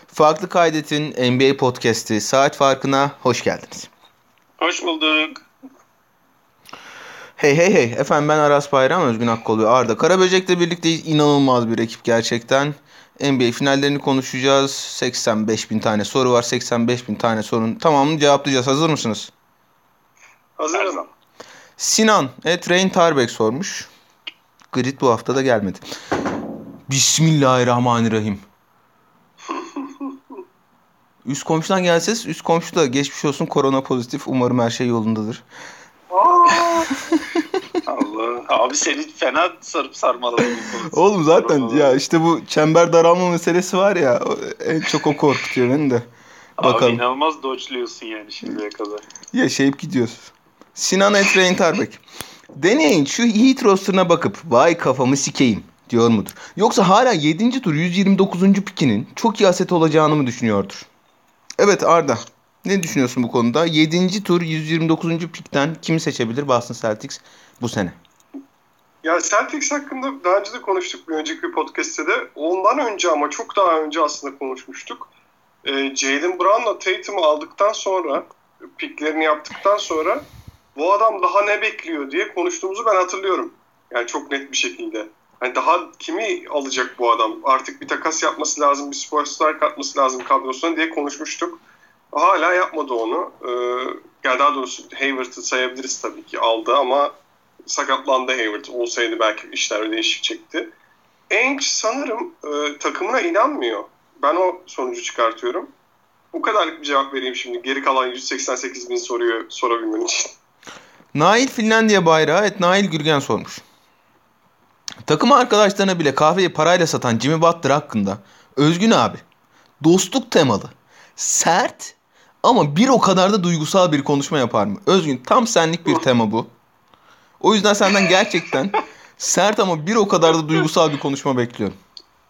Farklı Kaydet'in NBA Podcast'i Saat Farkı'na hoş geldiniz. Hoş bulduk. Hey. Efendim ben Aras Bayram, Özgün Akkol ve Arda Karaböcek'le birlikteyiz. İnanılmaz bir ekip gerçekten. NBA finallerini konuşacağız. 85 bin tane soru var. 85 bin tane sorunun tamamını cevaplayacağız. Hazır mısınız? Hazırım. Sinan Rain Tarbek sormuş. Grit bu hafta da gelmedi. Bismillahirrahmanirrahim. Üst komşudan gelse, üst komşu da geçmiş olsun, korona pozitif. Umarım her şey yolundadır. Allah. Abi seni fena sarıp sarmaladı. Oğlum zaten ya işte bu çember daralma meselesi var ya, en çok o korkutuyor beni de. Bakalım. Abi inanılmaz dodge'luyorsun yani şimdiye kadar. Yaşayıp gidiyoruz. Sinan Rain Tarbek. Deneyin şu Heat roster'ına bakıp vay kafamı sikeyim diyor mudur? Yoksa hala 7. tur 129. pikinin çok iyi aset olacağını mı düşünüyordur? Evet Arda, ne düşünüyorsun bu konuda? 7. tur 129. pikten kimi seçebilir Boston Celtics bu sene? Ya Celtics hakkında daha önce de konuştuk bir önceki bir podcast'te de. Ondan önce ama çok daha önce aslında konuşmuştuk. Jaylen Brown'la Tatum'u aldıktan sonra, piklerini yaptıktan sonra bu adam daha ne bekliyor diye konuştuğumuzu ben hatırlıyorum. Yani çok net bir şekilde. Yani daha kimi alacak bu adam? Artık bir takas yapması lazım, bir superstar katması lazım kadrosuna diye konuşmuştuk. Hala yapmadı onu. Yani daha doğrusu Hayward'ı sayabiliriz tabii ki, aldı ama sakatlandı Hayward. Olsaydı belki işler değişecekti. Ainge sanırım takımına inanmıyor. Ben o sonucu çıkartıyorum. Bu kadarlık bir cevap vereyim şimdi. Geri kalan 188 bin soruyu sorabilmen için. Nail Finlandiya bayrağı Nail Gürgen sormuş. Takım arkadaşlarına bile kahveyi parayla satan Jimmy Butler hakkında Özgün abi dostluk temalı, sert ama bir o kadar da duygusal bir konuşma yapar mı? Özgün, tam senlik bir tema bu. O yüzden senden gerçekten sert ama bir o kadar da duygusal bir konuşma bekliyorum.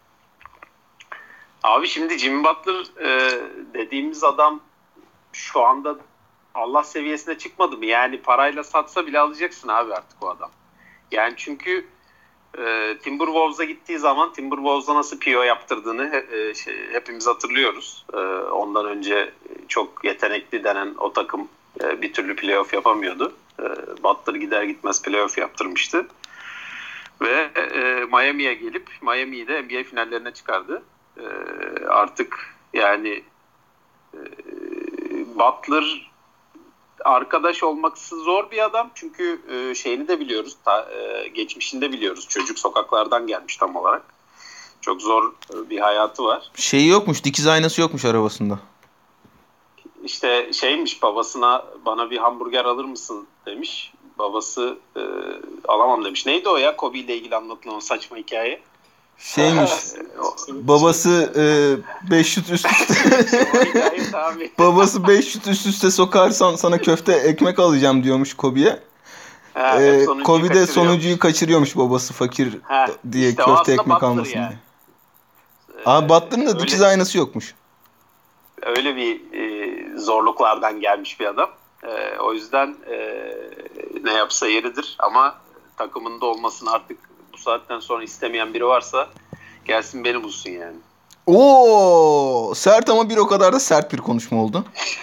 Abi şimdi Jimmy Butler dediğimiz adam şu anda Allah seviyesine çıkmadı mı? Yani parayla satsa bile alacaksın abi artık o adam. Yani çünkü Timberwolves'a gittiği zaman Timberwolves'a nasıl PO yaptırdığını hepimiz hatırlıyoruz. Ondan önce çok yetenekli denen o takım bir türlü playoff yapamıyordu. Butler gider gitmez playoff yaptırmıştı. Ve Miami'ye gelip Miami'yi de NBA finallerine çıkardı. Artık yani Butler arkadaş olması zor bir adam. Çünkü şeyini de biliyoruz. Geçmişini de biliyoruz. Çocuk sokaklardan gelmiş tam olarak. Çok zor bir hayatı var. Şeyi yokmuş. Dikiz aynası yokmuş arabasında. İşte şeymiş, babasına bana bir hamburger alır mısın demiş. Babası alamam demiş. Neydi o ya? Kobe ile ilgili anlatılan o saçma hikaye. Şeymiş. Babası 5 şut üst üste. Babası 5 şut üst üste sokarsan sana köfte ekmek alacağım diyormuş Kobe'ye. Kobe de sonuncuyu kaçırıyormuş babası fakir diye işte köfte ekmek almasın yani diye. Abi Butler'ın da dikiz aynası yokmuş. Öyle bir zorluklardan gelmiş bir adam. O yüzden ne yapsa yeridir ama takımında olmasını artık bu saatten sonra istemeyen biri varsa gelsin beni bulsun yani. Oo, sert ama bir o kadar da sert bir konuşma oldu.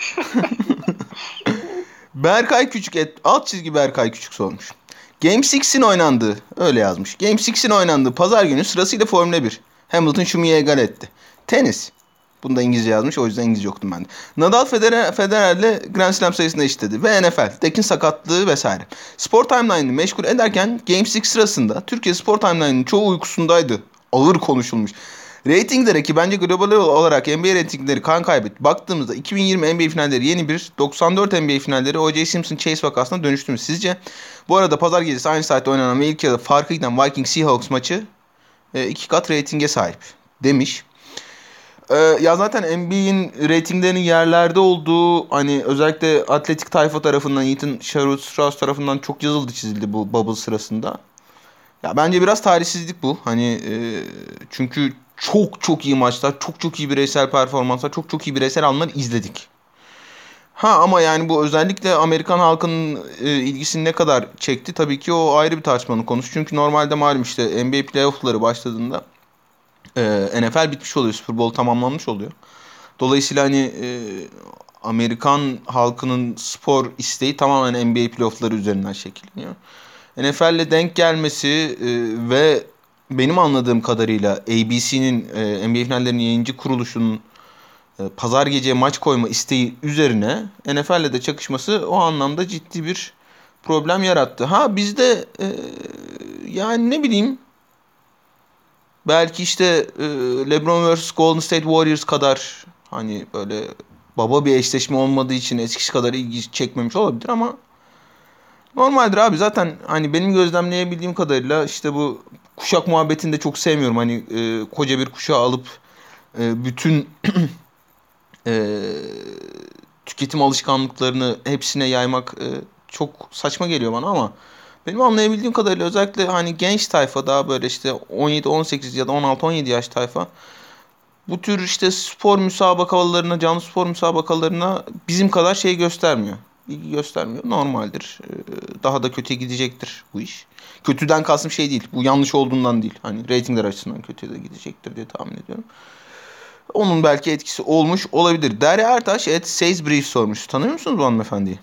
Berkay Küçük alt çizgi Berkay Küçük sormuş. Game 6'in oynandığı, öyle yazmış. Game 6'in oynandığı pazar günü sırasıyla Formula 1. Hamilton Schumacher'i egal etti. Tenis. Bunu da İngilizce yazmış, o yüzden İngilizce okudum ben de. Nadal Federer'le Grand Slam sayısını eşitledi. Ve NFL, Tekin sakatlığı vesaire. Spor Timeline'ı meşgul ederken Game 6 sırasında Türkiye Spor Timeline'ın çoğu uykusundaydı. Ağır konuşulmuş. Ratinglere, ki bence global olarak NBA ratingleri kan kaybetti. Baktığımızda 2020 NBA finalleri yeni bir 94 NBA finalleri O.J. Simpson Chase vakasına dönüştü mü sizce? Bu arada pazar gecesi aynı saatte oynanan ve ilk yarıda farkı giden Vikings Seahawks maçı 2 kat ratinge sahip demiş. Ya zaten NBA'in ratinglerinin yerlerde olduğu, hani özellikle atletik tayfa tarafından, Ethan Strauss tarafından çok yazıldı çizildi bu bubble sırasında. Ya bence biraz tarihsizlik bu. Hani çünkü çok iyi maçlar, çok iyi bireysel performanslar, çok iyi bireysel anlar izledik. Ama yani bu özellikle Amerikan halkının ilgisini ne kadar çekti, tabii ki o ayrı bir tartışmanın konusu. Çünkü normalde malum işte NBA playoff'ları başladığında NFL bitmiş oluyor. Super Bowl tamamlanmış oluyor. Dolayısıyla hani Amerikan halkının spor isteği tamamen NBA playoffları üzerinden şekilleniyor. NFL'le denk gelmesi ve benim anladığım kadarıyla ABC'nin NBA finallerinin yayıncı kuruluşunun pazar geceye maç koyma isteği üzerine NFL'le de çakışması o anlamda ciddi bir problem yarattı. Ha bizde yani ne bileyim belki işte LeBron vs Golden State Warriors kadar hani böyle baba bir eşleşme olmadığı için eskisi kadar ilgi çekmemiş olabilir ama normaldir abi. Zaten hani benim gözlemleyebildiğim kadarıyla işte bu kuşak muhabbetini de çok sevmiyorum. Hani koca bir kuşağı alıp bütün e, tüketim alışkanlıklarını hepsine yaymak çok saçma geliyor bana ama benim anlayabildiğim kadarıyla özellikle hani genç tayfa daha böyle işte 17-18 ya da 16-17 yaş tayfa bu tür işte spor müsabakalarına, canlı spor müsabakalarına bizim kadar şey göstermiyor. İlgi göstermiyor. Normaldir. Daha da kötüye gidecektir bu iş. Kötüden kastım şey değil. Bu yanlış olduğundan değil. Hani reytingler açısından kötüye de gidecektir diye tahmin ediyorum. Onun belki etkisi olmuş olabilir. Derya Ertaş Sainsbury's sormuş. Tanıyor musunuz bu hanımefendiyi?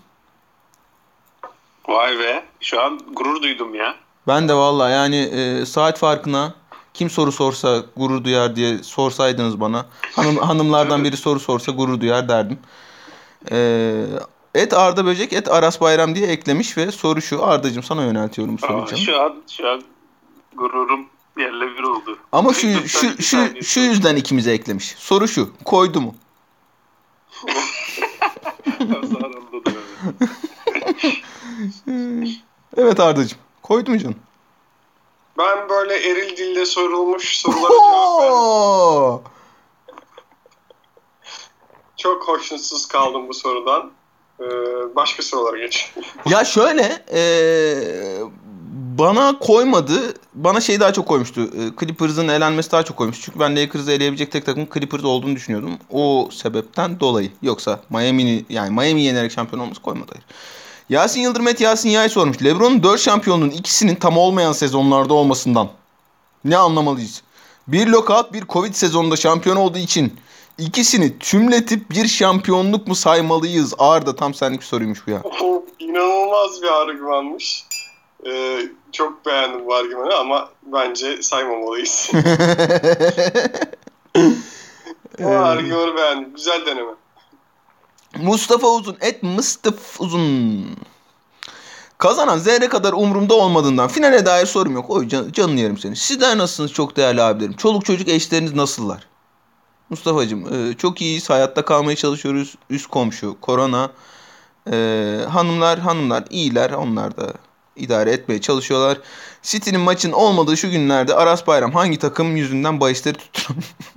Vay be. Şu an gurur duydum ya. Ben de vallahi yani saat farkına kim soru sorsa gurur duyar diye sorsaydınız bana. Hanımlardan biri soru sorsa gurur duyar derdim. Arda Böcek Aras Bayram diye eklemiş ve soru şu. Ardacığım sana yöneltiyorum bu soruyu canım. Şu an gururum yerle bir oldu. Ama şu yüzden ikimize eklemiş. Soru şu. Koydu mu? Evet Ardacığım. Koydu mu canım? Ben böyle eril dilde sorulmuş sorulara cevap verdim. Çok hoşnutsuz kaldım bu sorudan. Başka sorulara geç. Ya şöyle bana koymadı. Bana şey daha çok koymuştu. Clippers'ın elenmesi daha çok koymuştu. Çünkü ben Lakers'ı eleyebilecek tek takım Clippers olduğunu düşünüyordum. O sebepten dolayı. Yoksa Miami yenerek şampiyon olması koymadı. Hayır. Yasin Yıldırım Yasin Yay sormuş. LeBron'un 4 şampiyonluğun ikisinin tam olmayan sezonlarda olmasından ne anlamalıyız? Bir lockout bir Covid sezonunda şampiyon olduğu için İkisini tümletip bir şampiyonluk mu saymalıyız? Arda tam senlik bir soruymuş bu ya. İnanılmaz bir argümanmış. Çok beğendim bu argümanı ama bence saymamalıyız. Bu argümanı beğendim. Güzel deneme. Mustafa Uzun Mustafa Uzun. Kazanan zerre kadar umurumda olmadığından finale dair sorum yok. Oy canını yerim seni. Sizler nasılsınız çok değerli abilerim? Çoluk çocuk eşleriniz nasıllar? Mustafa'cığım çok iyiyiz. Hayatta kalmaya çalışıyoruz. Üst komşu korona. Hanımlar iyiler. Onlar da idare etmeye çalışıyorlar. City'nin maçın olmadığı şu günlerde Aras Bayram hangi takım yüzünden bahisleri tutturan?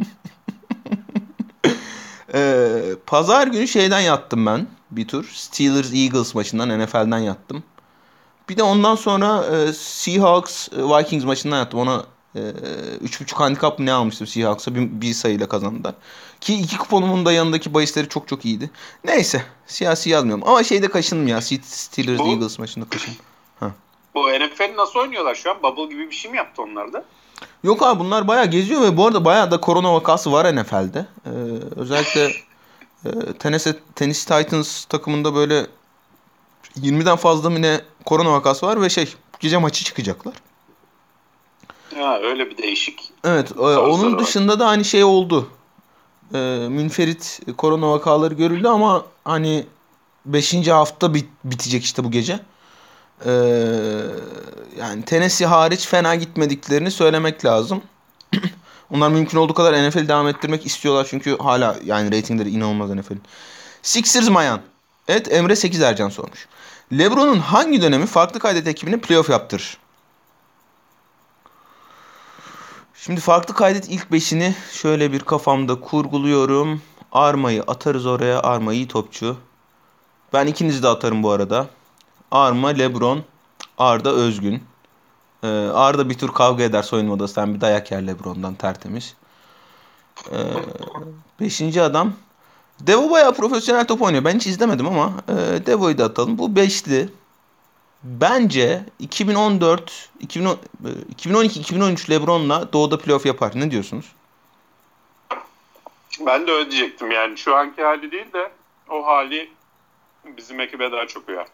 Pazar günü şeyden yattım ben bir tur. Steelers-Eagles maçından NFL'den yattım. Bir de ondan sonra Seahawks-Vikings maçından yattım. Ona 3.5 handikap ne almıştım Seahawks'a bir sayıyla kazandılar. Ki iki kuponumun da yanındaki bahisleri çok çok iyiydi. Neyse siyasi yazmıyorum ama şeyde kaşındım ya Steelers-Eagles maçında kaşındım. Bu NFL nasıl oynuyorlar şu an? Bubble gibi bir şey mi yaptı onlar da? Yok abi bunlar bayağı geziyor ve bu arada bayağı da korona vakası var NFL'de. Özellikle Tennessee Titans takımında böyle 20'den fazla mı ne korona vakası var ve gece maçı çıkacaklar. Ha öyle bir değişik. Evet onun dışında da hani şey oldu. Münferit korona vakaları görüldü ama hani 5. hafta bitecek işte bu gece. Yani Tennessee hariç fena gitmediklerini söylemek lazım. Onlar mümkün olduğu kadar NFL'i devam ettirmek istiyorlar çünkü hala yani reytingleri inanılmaz NFL'in. Sixers Mayan. Evet Emre 8 Ercan sormuş. LeBron'un hangi dönemi farklı kaydet ekibine playoff yaptırır? Şimdi farklı kaydet ilk 5'ini şöyle bir kafamda kurguluyorum. Arma'yı atarız oraya. Arma iyi topçu. Ben ikinizi de atarım bu arada. Arma, LeBron, Arda Özgün. Arda bir tur kavga eder soyunma odasından bir dayak yer LeBron'dan tertemiz. 5. adam. Devo bayağı profesyonel top oynuyor. Ben hiç izlemedim ama Devo'yu da atalım. Bu 5'li. Bence 2012-2013 LeBron'la Doğu'da playoff yapar. Ne diyorsunuz? Ben de öyle diyecektim yani. Şu anki hali değil de o hali bizim ekibe daha çok uyar.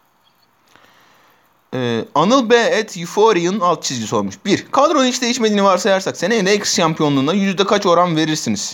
Anıl B. at Euphorian alt çizgi sormuş. 1. Kadronun hiç değişmediğini varsayarsak seneye Lakers şampiyonluğuna yüzde kaç oran verirsiniz?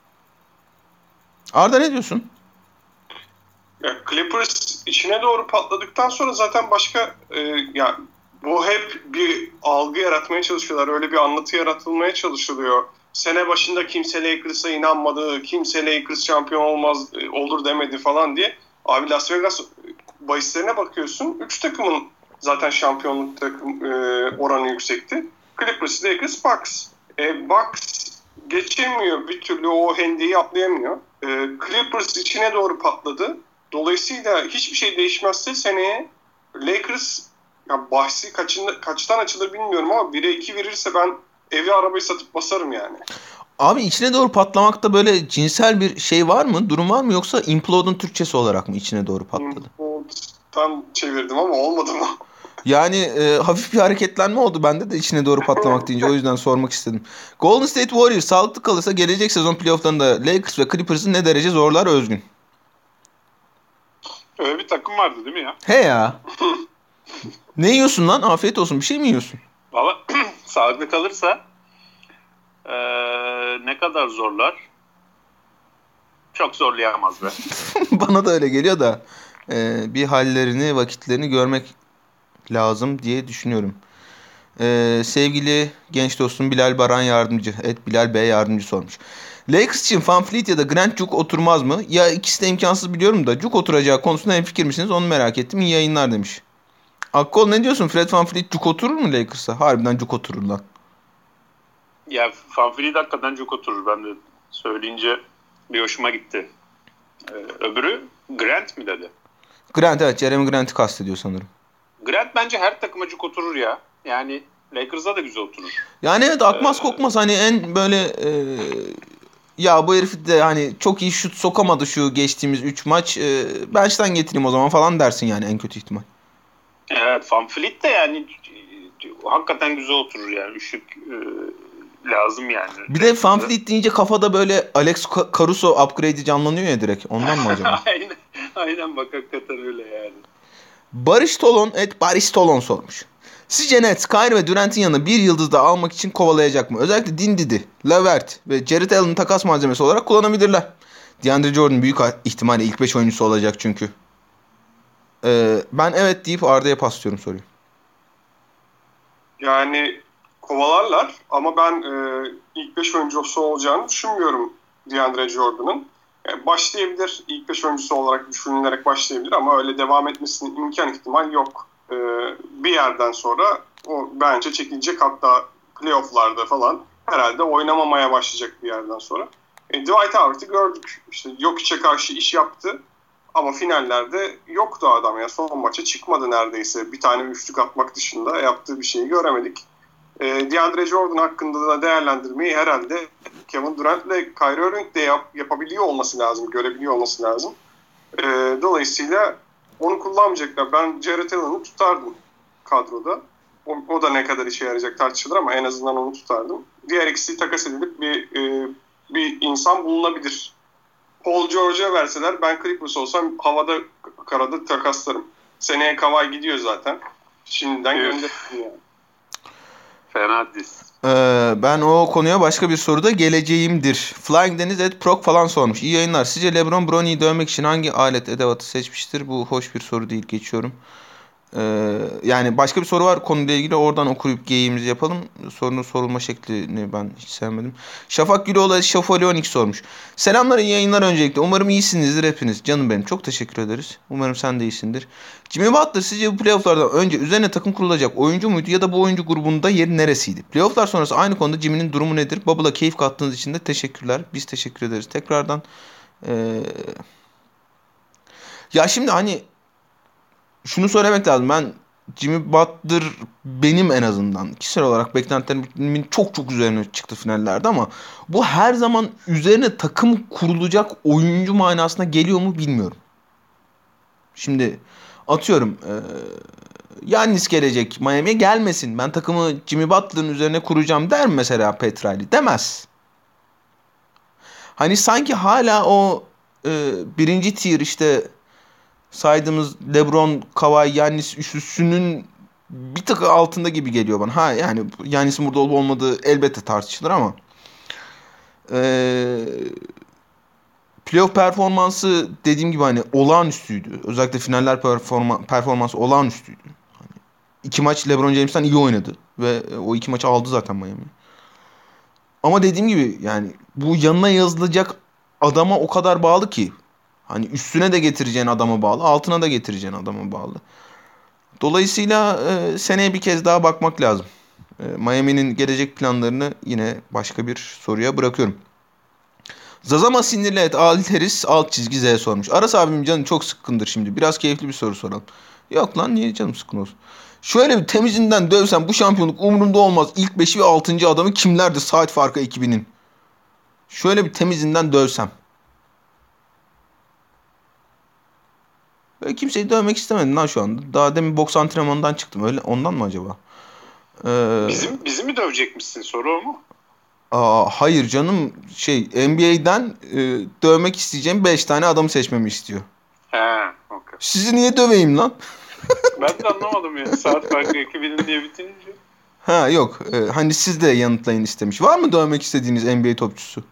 Arda ne diyorsun? Ya Clippers içine doğru patladıktan sonra zaten başka ya bu hep bir algı yaratmaya çalışıyorlar. Öyle bir anlatı yaratılmaya çalışılıyor. Sene başında kimse Lakers'a inanmadı, kimse Lakers şampiyon olur demedi falan diye. Abi Las Vegas bahislerine bakıyorsun. 3 takımın zaten şampiyonluk oranı yüksekti. Clippers, Lakers, Bucks. Bucks geçemiyor, bir türlü o hendeyi atlayamıyor. Clippers içine doğru patladı. Dolayısıyla hiçbir şey değişmezse seneye Lakers, ya bahsi kaçtan açılır bilmiyorum ama 1'e 2 verirse ben evi arabayı satıp basarım yani. Abi içine doğru patlamakta böyle cinsel bir şey var mı? Durum var mı? Yoksa implode'un Türkçesi olarak mı içine doğru patladı? Implode'dan çevirdim ama olmadı mı? Yani hafif bir hareketlenme oldu bende de içine doğru patlamak deyince, o yüzden sormak istedim. Golden State Warriors sağlıklı kalırsa gelecek sezon playofflarında Lakers ve Clippers'ı ne derece zorlar Özgün? Öyle bir takım vardı değil mi ya? He ya. Ne yiyorsun lan? Afiyet olsun. Bir şey mi yiyorsun? Valla sağlıklı kalırsa ne kadar zorlar? Çok zorlayamaz be. Bana da öyle geliyor da bir hallerini, vakitlerini görmek lazım diye düşünüyorum. Sevgili genç dostum Bilal Baran Yardımcı, Bilal Bey Yardımcı sormuş. Lakers için Van Fleet ya da Grant Juk oturmaz mı? Ya ikisi de imkansız biliyorum da Juk oturacağı konusunda hemfikir misiniz? Onu merak ettim. İyi yayınlar demiş. Akkol ne diyorsun? Fred Van Fleet Juk oturur mu Lakers'a? Harbiden Juk oturur lan. Ya Van Fleet hakikaten çok oturur. Ben de söyleyince bir hoşuma gitti. Öbürü Grant mi dedi? Grant, evet, Jeremy Grant'i kastediyor sanırım. Grant bence her takıma cuk oturur ya. Yani Lakers'a da güzel oturur. Yani evet, akmaz kokmaz hani en böyle ya bu herif de hani çok iyi şut sokamadı şu geçtiğimiz 3 maç, bench'ten getireyim o zaman falan dersin yani en kötü ihtimal. Evet, Van Fleet de yani hakikaten güzel oturur yani. Üçlük lazım yani. Bir de Van Fleet deyince kafada böyle Alex Caruso upgrade'i canlanıyor ya direkt. Ondan mı acaba? aynen bak, hakikaten öyle yani. Barış Tolon sormuş. Sizce Nets, Kyrie ve Durant'in yanına bir yıldız daha almak için kovalayacak mı? Özellikle Dinwiddie, Levert ve Jarrett Allen'ı takas malzemesi olarak kullanabilirler. DeAndre Jordan büyük ihtimalle ilk 5 oyuncusu olacak çünkü. Ben evet deyip Arda'ya paslıyorum soruyu. Yani kovalarlar ama ben ilk 5 oyuncusu olacağını düşünmüyorum DeAndre Jordan'ın. Yani başlayabilir, ilk 5 oyuncusu olarak düşünülerek başlayabilir ama öyle devam etmesinin imkan ihtimal yok. Bir yerden sonra o bence çekilecek, hatta playoff'larda falan herhalde oynamamaya başlayacak bir yerden sonra. Dwight Howard'ı gördük. İşte Jokic'e karşı iş yaptı ama finallerde yoktu adam ya. Son maça çıkmadı neredeyse. Bir tane üçlük atmak dışında yaptığı bir şeyi göremedik. DeAndre Jordan hakkında da değerlendirmeyi herhalde Kevin Durant ile Kyrie Irving de yapabiliyor olması lazım, görebiliyor olması lazım. Dolayısıyla onu kullanmayacaklar. Ben Jarrett Allen'ı tutardım kadroda. O da ne kadar işe yarayacak tartışılır ama en azından onu tutardım. Diğer ikisi takas edilip bir insan bulunabilir. Paul George'a verseler ben Clippers olsam havada karada takaslarım. Seneye Kawhi gidiyor zaten. Şimdiden gönderirim yani. Fena diz. Ben o konuya başka bir soruda geleceğimdir. Flying Deniz Prok falan sormuş. İyi yayınlar. Sizce LeBron Bronny'yi dövmek için hangi alet edevatı seçmiştir? Bu hoş bir soru değil. Geçiyorum. Yani başka bir soru var konuyla ilgili. Oradan okuyup geyiğimizi yapalım. Sorunun sorulma şeklini ben hiç sevmedim. Şafak Güloğlu Şafalionik sormuş. Selamlar, iyi yayınlar öncelikle. Umarım iyisinizdir hepiniz. Canım benim. Çok teşekkür ederiz. Umarım sen de iyisindir. Jimmy Butler sizce bu playofflardan önce üzerine takım kurulacak oyuncu muydu ya da bu oyuncu grubunda yeri neresiydi? Playofflar sonrası aynı konuda Jimmy'nin durumu nedir? Bubble'a keyif kattığınız için de teşekkürler. Biz teşekkür ederiz tekrardan. Ya şimdi hani şunu söylemek lazım. Ben Jimmy Butler benim en azından kişisel olarak beklentilerimin çok çok üzerine çıktı finallerde ama bu her zaman üzerine takım kurulacak oyuncu manasına geliyor mu bilmiyorum. Şimdi atıyorum Giannis gelecek Miami'ye, gelmesin. Ben takımı Jimmy Butler'ın üzerine kuracağım der mi mesela Petrali? Demez. Hani sanki hala o birinci tier işte saydığımız LeBron, Kawhi, Giannis üçlüsünün bir tık altında gibi geliyor bana. Ha yani Giannis'in burada olup olmadığı elbette tartışılır ama playoff performansı dediğim gibi hani olağanüstüydü. Özellikle finaller performansı olağanüstüydü. Hani iki maç LeBron James'ten iyi oynadı ve o iki maçı aldı zaten Miami. Ama dediğim gibi yani bu yanına yazılacak adama o kadar bağlı ki. Hani üstüne de getireceğin adama bağlı, altına da getireceğin adama bağlı. Dolayısıyla seneye bir kez daha bakmak lazım. Miami'nin gelecek planlarını yine başka bir soruya bırakıyorum. Zazama sinirli et Alteris alt çizgi Z sormuş. Aras abim canım çok sıkkındır şimdi. Biraz keyifli bir soru soralım. Yok lan niye canım sıkkın olsun. Şöyle bir temizinden dövsem bu şampiyonluk umurumda olmaz. İlk 5'i ve 6. adamı kimlerdi saat farkı ekibinin? Şöyle bir temizinden dövsem. Böyle kimseyi dövmek istemedim lan şu anda. Daha demin boks antrenmanından çıktım. Öyle ondan mı acaba? Bizi mi dövecekmişsin, soru o mu? Hayır canım NBA'den dövmek isteyeceğim 5 tane adamı seçmemi istiyor. He, okay. Sizi niye döveyim lan? Ben de anlamadım ya. Saat farkı ekibinin diye bitirince. Ha yok. Hani siz de yanıtlayın istemiş. Var mı dövmek istediğiniz NBA topçusu?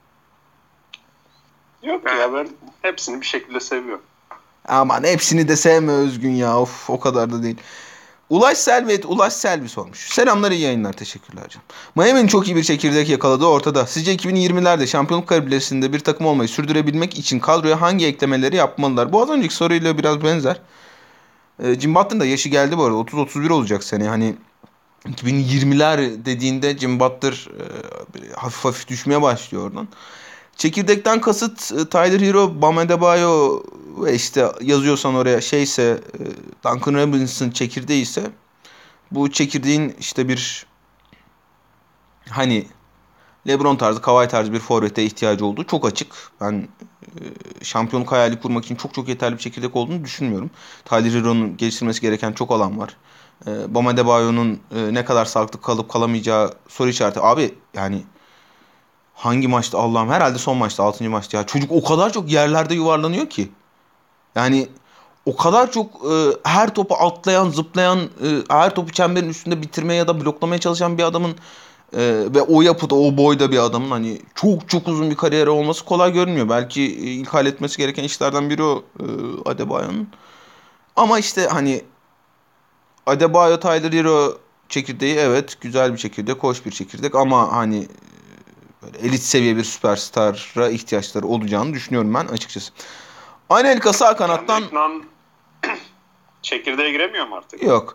Yok ya, ben hepsini bir şekilde seviyorum. Aman hepsini de sevme Özgün ya. Of o kadar da değil. Ulaş Selvi sormuş. Selamlar, iyi yayınlar, teşekkürler canım. Miami'nin çok iyi bir çekirdek yakaladığı ortada. Sizce 2020'lerde şampiyonluk kalibrесinde bir takım olmayı sürdürebilmek için kadroya hangi eklemeleri yapmalılar? Bu az önceki soruyla biraz benzer. Jim Butler'ın da yaşı geldi bu arada. 30-31 olacak sene. Hani 2020'ler dediğinde Jim Butler hafif hafif düşmeye başlıyor oradan. Çekirdekten kasıt Tyler Hero, Bam Adebayo ve işte yazıyorsan oraya Duncan Robinson çekirdeği ise bu çekirdeğin işte bir hani LeBron tarzı, Kawhi tarzı bir forvete ihtiyacı olduğu çok açık. Ben şampiyonluk hayali kurmak için çok çok yeterli bir çekirdek olduğunu düşünmüyorum. Tyler Hero'nun geliştirmesi gereken çok alan var. Bam Adebayo'nun ne kadar sağlıklı kalıp kalamayacağı soru işareti. Abi yani hangi maçta, Allah'ım, herhalde son maçta, 6. maçta ya. Çocuk o kadar çok yerlerde yuvarlanıyor ki. Yani o kadar çok her topu atlayan, zıplayan, her topu çemberin üstünde bitirmeye ya da bloklamaya çalışan bir adamın ve o yapıda, o boyda bir adamın hani çok çok uzun bir kariyeri olması kolay görünmüyor. Belki ilk halletmesi gereken işlerden biri o Adebayo'nun. Ama işte hani Adebayo, Tyler Hero çekirdeği evet güzel bir çekirdek, hoş bir çekirdek ama hani böyle elit seviye bir süperstara ihtiyaçları olacağını düşünüyorum ben açıkçası. Anelka sağ kanattan... Çekirdeğe giremiyor mu artık? Yok.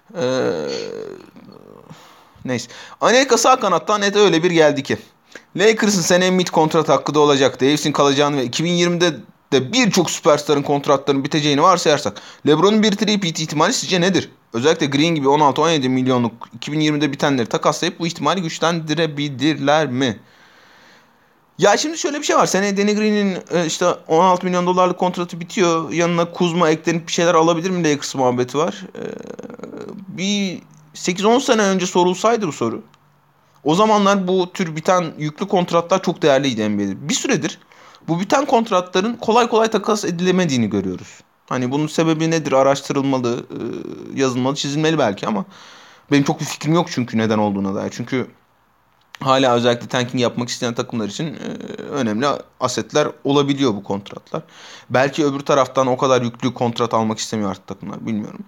Neyse. Anelka sağ kanattan net öyle bir geldi ki. Lakers'ın seneye mid kontrat hakkı da olacak. Davis'in kalacağını ve 2020'de de birçok süperstarın kontratlarının biteceğini varsayarsak LeBron'un bir three-peat ihtimali sizce nedir? Özellikle Green gibi 16-17 milyonluk 2020'de bitenleri takaslayıp bu ihtimali güçlendirebilirler mi? Ya şimdi şöyle bir şey var. Seneye Danny Green'in işte 16 milyon dolarlık kontratı bitiyor. Yanına Kuzma eklenip bir şeyler alabilir mi Lakers muhabbeti var. Bir 8-10 sene önce sorulsaydı bu soru. O zamanlar bu tür biten yüklü kontratlar çok değerliydi NBA'de. Bir süredir bu biten kontratların kolay kolay takas edilemediğini görüyoruz. Hani bunun sebebi nedir? Araştırılmalı, yazılmalı, çizilmeli belki ama benim çok bir fikrim yok çünkü neden olduğuna dair. Çünkü hala özellikle tanking yapmak isteyen takımlar için önemli asetler olabiliyor bu kontratlar. Belki öbür taraftan o kadar yüklü kontrat almak istemiyor artık takımlar, bilmiyorum.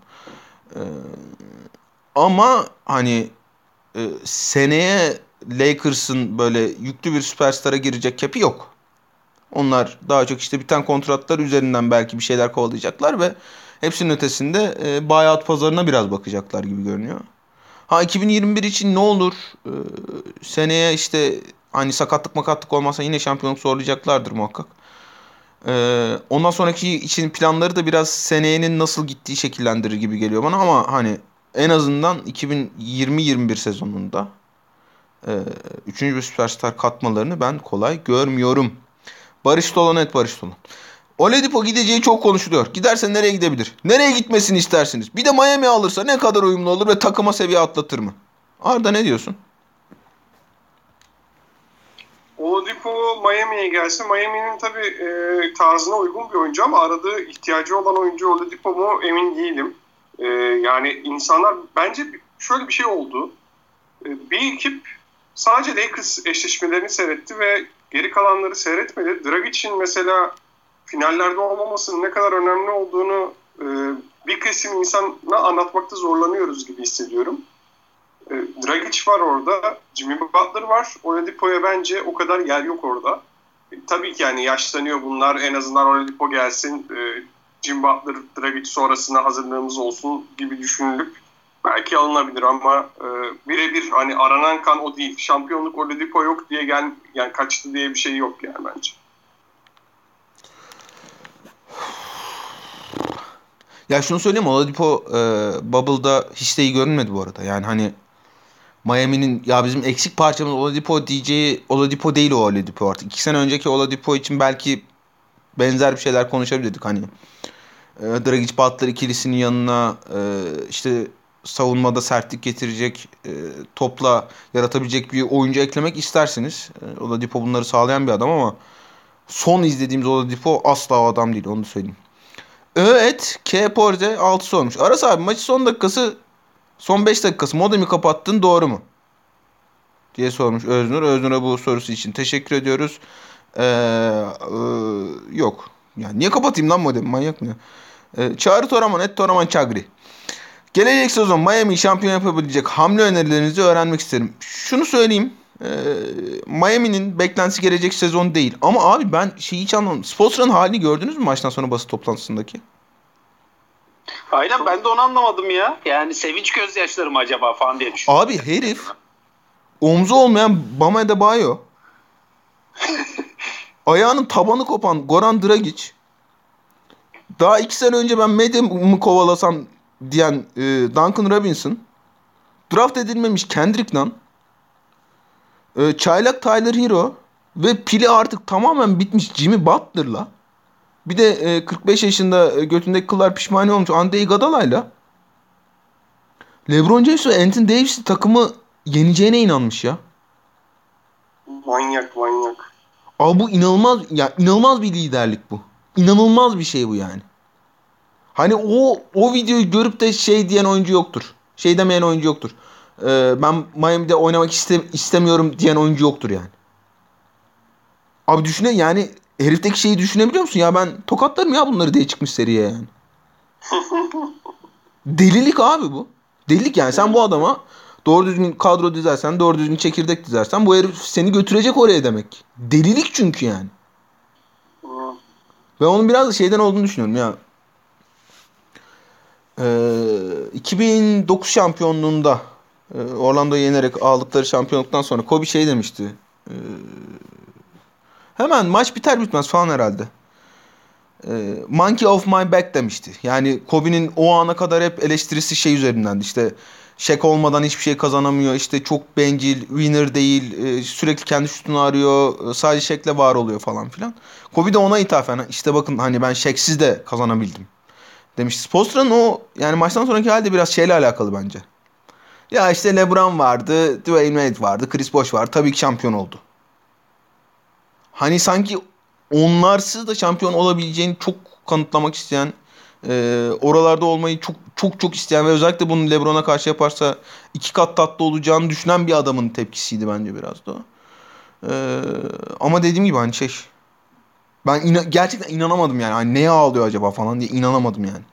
Ama hani seneye Lakers'ın böyle yüklü bir süperstara girecek cap'i yok. Onlar daha çok işte biten kontratlar üzerinden belki bir şeyler kovalayacaklar ve hepsinin ötesinde buyout pazarına biraz bakacaklar gibi görünüyor. 2021 için ne olur? Seneye işte hani sakatlık olmazsa yine şampiyonluk zorlayacaklardır muhakkak. Ondan sonraki için planları da biraz seneyenin nasıl gittiği şekillendirir gibi geliyor bana ama hani en azından 2020-21 sezonunda 3. bir süperstar katmalarını ben kolay görmüyorum. Barış Dolan. Oladipo gideceği çok konuşuluyor. Giderse nereye gidebilir? Nereye gitmesini istersiniz? Bir de Miami alırsa ne kadar uyumlu olur ve takıma seviye atlatır mı? Arda ne diyorsun? Oladipo Miami'ye gelse, Miami'nin tabii tarzına uygun bir oyuncu ama aradığı, ihtiyacı olan oyuncu Oladipo mu emin değilim. Yani insanlar, bence şöyle bir şey oldu. Bir ekip sadece Lakers eşleşmelerini seyretti ve geri kalanları seyretmedi. Dragic'in mesela finallerde olmamasının ne kadar önemli olduğunu bir kesim insana anlatmakta zorlanıyoruz gibi hissediyorum. Dragic var orada, Jimmy Butler var. Oladipo'ya bence o kadar yer yok orada. Tabii ki yani yaşlanıyor bunlar. En azından Oladipo gelsin, Jimmy Butler, Dragic sonrasına hazırlığımız olsun gibi düşünülüp belki alınabilir ama birebir hani aranan kan o değil. Şampiyonluk Oladipo yok diye yani kaçtı diye bir şey yok yani bence. Ya şunu söyleyeyim, Oladipo Bubble'da hiç de iyi görünmedi bu arada. Yani hani Miami'nin ya bizim eksik parçamız Oladipo diyeceği Oladipo değil, o Oladipo artık. 2 sene önceki Oladipo için belki benzer bir şeyler konuşabilirdik. Hani Dragic Butler ikilisinin yanına işte savunmada sertlik getirecek, topla yaratabilecek bir oyuncu eklemek istersiniz. Oladipo bunları sağlayan bir adam ama son izlediğimiz Oladipo asla o adam değil, onu da söyleyeyim. Evet, K. Porze 6 sormuş. Aras abi, maçı son 5 dakikası modemi kapattın, doğru mu? Diye sormuş Öznur. Öznur'a bu sorusu için teşekkür ediyoruz. Yok. Yani niye kapatayım lan modemi? Manyak mı? Çağrı Toraman, Toraman Çagri. Gelecek sezon Miami'yi şampiyon yapabilecek hamle önerilerinizi öğrenmek isterim. Şunu söyleyeyim. Miami'nin beklentisi gelecek sezon değil. Ama abi ben hiç anlamadım. Spoelstra'nın halini gördünüz mü maçtan sonra basın toplantısındaki? Aynen, ben de onu anlamadım ya. Yani sevinç gözyaşları mı acaba falan diye düşündüm. Abi herif omzu olmayan Bam Adebayo, ayağının tabanı kopan Goran Dragic, daha 2 sene önce ben medyamı kovalasam diyen Duncan Robinson, draft edilmemiş Kendrick Nunn, çaylak Tyler Hero ve pili artık tamamen bitmiş Jimmy Butler'la, bir de 45 yaşında götündeki kıllar pişmani olmuş Andre Iguodala'yla LeBron James ve Anthony Davis takımı yeneceğine inanmış ya. Manyak. Abi bu inanılmaz, ya inanılmaz bir liderlik bu. İnanılmaz bir şey bu yani. Hani o videoyu görüp de şey diyen oyuncu yoktur. Şey demeyen oyuncu yoktur. Ben Miami'de oynamak istemiyorum diyen oyuncu yoktur yani. Abi düşüne yani, herifteki şeyi düşünebiliyor musun? Ya ben tokatlarım ya bunları diye çıkmış seriye yani. Delilik abi bu. Delilik yani, sen bu adama doğru düzgün kadro dizersen, doğru düzgün çekirdek dizersen bu herif seni götürecek oraya demek. Delilik çünkü yani. Ben onun biraz da şeyden olduğunu düşünüyorum ya. 2009 şampiyonluğunda Orlando'yu yenerek aldıkları şampiyonluktan sonra Kobe şey demişti. Hemen maç biter bitmez falan herhalde. Monkey off my back demişti. Yani Kobe'nin o ana kadar hep eleştirisi şey üzerindendi. İşte Shaq olmadan hiçbir şey kazanamıyor. İşte çok bencil, winner değil. Sürekli kendi şutunu arıyor. Sadece Shaq'le var oluyor falan filan. Kobe de ona ithafen işte bakın hani ben Shaq'siz de kazanabildim demişti. Spoelstra'nın o yani maçtan sonraki halde biraz şeyle alakalı bence. Ya işte LeBron vardı, Dwayne Wade vardı, Chris Bosh vardı. Tabii ki şampiyon oldu. Hani sanki onlarsız da şampiyon olabileceğini çok kanıtlamak isteyen, oralarda olmayı çok isteyen ve özellikle bunu LeBron'a karşı yaparsa 2 kat tatlı olacağını düşünen bir adamın tepkisiydi bence biraz da o. Ama dediğim gibi hani ben gerçekten inanamadım yani. Hani neye ağlıyor acaba falan diye inanamadım yani.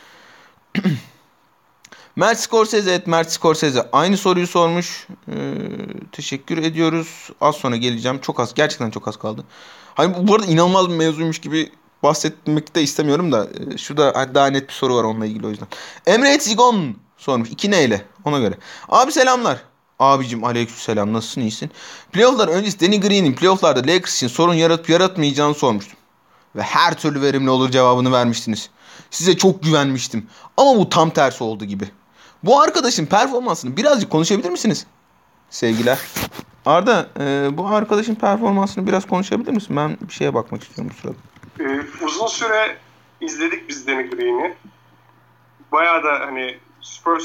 Mert Scorsese aynı soruyu sormuş. Teşekkür ediyoruz. Az sonra geleceğim. Çok az. Gerçekten çok az kaldı. Hani bu arada inanılmaz bir mevzuymuş gibi bahsetmek de istemiyorum da. Şurada daha net bir soru var onunla ilgili o yüzden. Emre Zigon sormuş. 2 neyle? Ona göre. Abi selamlar. Abicim aleykümselam. Nasılsın, iyisin? Playoff'lar öncesi Danny Green'in playoff'larda Lakers için sorun yaratıp yaratmayacağını sormuştum. Ve her türlü verimli olur cevabını vermiştiniz. Size çok güvenmiştim. Ama bu tam tersi oldu gibi. Bu arkadaşın performansını birazcık konuşabilir misiniz? Sevgiler. Arda, bu arkadaşın performansını biraz konuşabilir misin? Ben bir şeye bakmak istiyorum bu sırada. Uzun süre izledik biz Danny Green'i. Bayağı da hani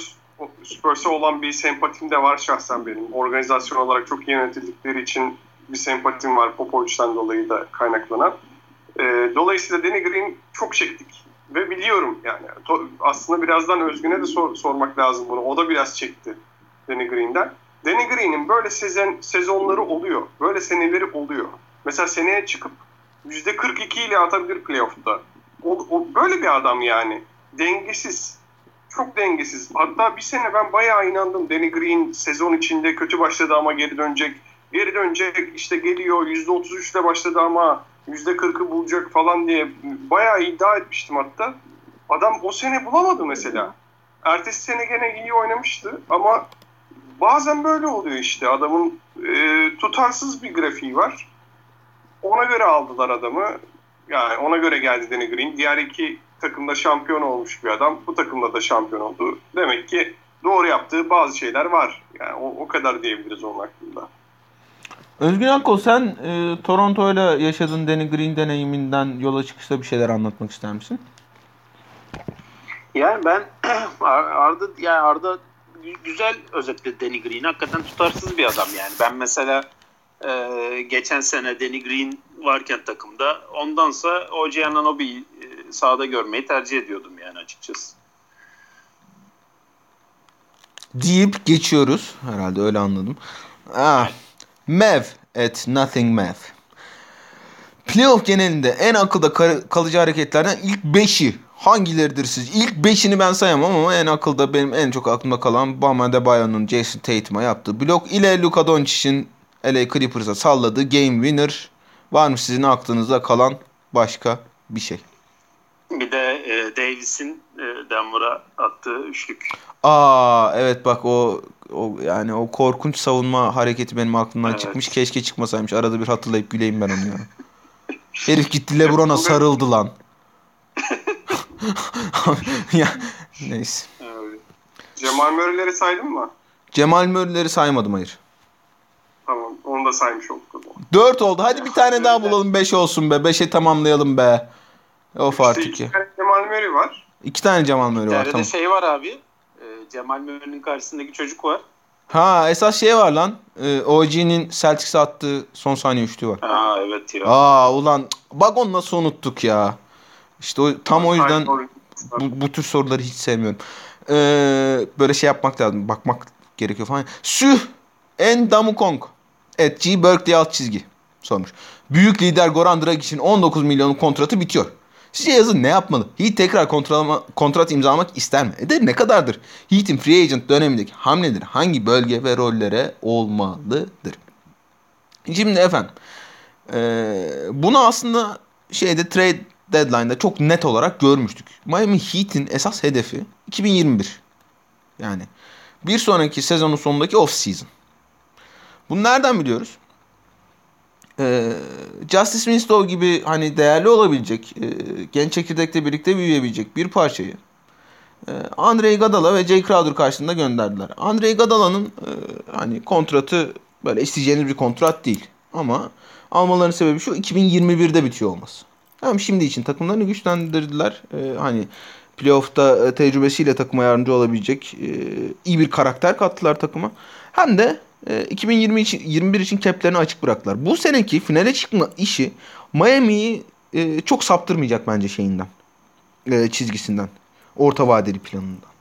Spurs'a olan bir sempatim de var şahsen benim. Organizasyon olarak çok iyi yönetildikleri için bir sempatim var Popovic'ten dolayı da kaynaklanan. Dolayısıyla Danny Green çok çektik. Ve biliyorum yani aslında birazdan Özgün'e de sormak lazım bunu. O da biraz çekti Danny Green'den. Danny Green'in böyle sezonları oluyor. Böyle seneleri oluyor. Mesela seneye çıkıp %42 ile atabilir playoff'ta. O böyle bir adam yani. Dengesiz. Çok dengesiz. Hatta bir sene ben bayağı inandım. Danny Green sezon içinde kötü başladı ama geri dönecek. Geri dönecek işte geliyor. %33 ile başladı ama %40'ı bulacak falan diye bayağı iddia etmiştim hatta. Adam o sene bulamadı mesela. Ertesi sene gene iyi oynamıştı ama bazen böyle oluyor işte. Adamın tutarsız bir grafiği var. Ona göre aldılar adamı. Yani ona göre geldi Danny Green. Diğer iki takımda şampiyon olmuş bir adam. Bu takımda da şampiyon oldu. Demek ki doğru yaptığı bazı şeyler var. Yani o kadar diyebiliriz onun hakkında. Özgün Akkol, sen Toronto'yla yaşadığın Danny Green deneyiminden yola çıkışta bir şeyler anlatmak ister misin? Yani ben Arda güzel özetledi Danny Green. Hakikaten tutarsız bir adam yani. Ben mesela geçen sene Danny Green varken takımda ondansa OG Anunoby'yi sahada görmeyi tercih ediyordum yani açıkçası. Deyip geçiyoruz. Herhalde öyle anladım. Mev at Nothing Mev. Playoff genelinde en akılda kalıcı hareketlerden ilk 5'i hangileridir siz? İlk 5'ini ben sayamam ama en akılda benim en çok aklımda kalan Bam Adebayo'nun Jason Tatum'a yaptığı blok ile Luka Doncic'in LA Clippers'a salladığı game winner. Var mı sizin aklınızda kalan başka bir şey? Bir de Davis'in Denver'a attığı üçlük. Evet bak o yani o korkunç savunma hareketi benim aklımdan çıkmış. Keşke çıkmasaymış. Arada bir hatırlayıp güleyim ben onu ya. Herif gitti LeBron'a sarıldı lan. Ya neyse. Cemal Murray'leri saydın mı? Cemal Murray'leri saymadım, hayır. Tamam, onu da saymış olduk. 4 oldu. Hadi bir tane daha bulalım, 5 olsun be. 5'e tamamlayalım be. Of artık ya. 2 tane Cemal Murray var. 2 tane Cemal Murray var, tamam. Bir var abi. Cemal Murray'nin karşısındaki çocuk var. Esas var lan. OG'nin Celtics'e attığı son saniye üçlüğü var. Evet ya. Ulan bak onu nasıl unuttuk ya. İşte tam o yüzden bu tür soruları hiç sevmiyorum. Böyle şey yapmak lazım. Bakmak gerekiyor falan. Endamukong @G Berkeley alt çizgi sormuş. Büyük lider Goran Dragic'in 19 milyonluk kontratı bitiyor. Sizce yazın ne yapmalı? Heat tekrar kontrat imzalamak ister mi? Eder, ne kadardır? Heat'in free agent dönemindeki hamleleri hangi bölge ve rollere olmalıdır? Şimdi efendim bunu aslında trade deadline'da çok net olarak görmüştük. Miami Heat'in esas hedefi 2021. Yani bir sonraki sezonun sonundaki off season. Bunu nereden biliyoruz? Justice Winslow gibi hani değerli olabilecek, genç çekirdekle birlikte büyüyebilecek bir parçayı Andre Iguodala ve Jay Crowder karşısında gönderdiler. Andre Iguodala'nın hani kontratı böyle isteyeceğiniz bir kontrat değil. Ama almalarının sebebi şu, 2021'de bitiyor olması. Hem şimdi için takımlarını güçlendirdiler. Hani playoff'ta tecrübesiyle takıma yardımcı olabilecek iyi bir karakter kattılar takıma. Hem de 2021 için cap'lerini açık bıraktılar. Bu seneki finale çıkma işi Miami'yi çok saptırmayacak bence çizgisinden. Orta vadeli planından.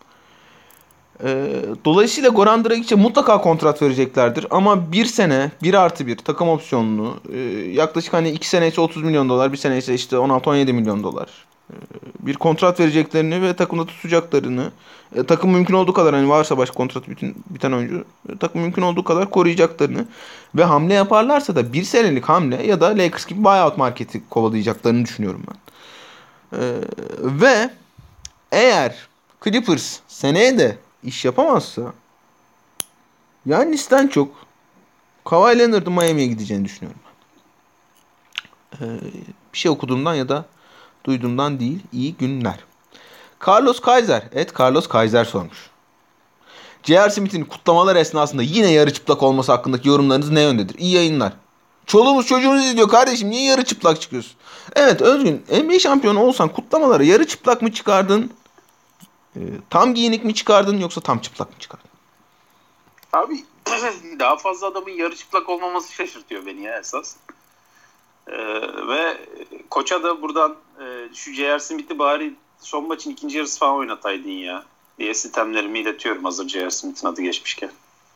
Dolayısıyla Goran Dragic'e mutlaka kontrat vereceklerdir. Ama bir sene 1+1 takım opsiyonlu yaklaşık hani 2 sene ise 30 milyon dolar, bir sene ise işte 16-17 milyon dolar bir kontrat vereceklerini ve takımda tutacaklarını, takım mümkün olduğu kadar hani varsa başka kontratı biten oyuncu takım mümkün olduğu kadar koruyacaklarını ve hamle yaparlarsa da bir senelik hamle ya da Lakers gibi buyout marketi kovalayacaklarını düşünüyorum ben. Ve eğer Clippers seneye de iş yapamazsa Giannis'ten çok Kawhi Leonard'ın Miami'ye gideceğini düşünüyorum ben. Bir şey okuduğumdan ya da duyduğumdan değil. İyi günler. Carlos Kaiser sormuş. J.R. Smith'in kutlamalar esnasında yine yarı çıplak olması hakkındaki yorumlarınız ne yöndedir? İyi yayınlar. Çoluğumuz çocuğumuz izliyor kardeşim. Niye yarı çıplak çıkıyorsun? Evet Özgün, NBA şampiyonu olsan kutlamalara yarı çıplak mı çıkardın? Tam giyinik mi çıkardın yoksa tam çıplak mı çıkardın? Abi daha fazla adamın yarı çıplak olmaması şaşırtıyor beni ya esas. Ve koça da buradan şu J.R. Smith'i bari son maçın ikinci yarısı falan oynataydın ya diye sistemlerimi iletiyorum hazır J.R. Smith'in adı geçmişken.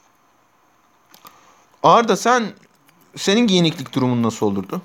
Arda senin giyiniklik durumun nasıl olurdu?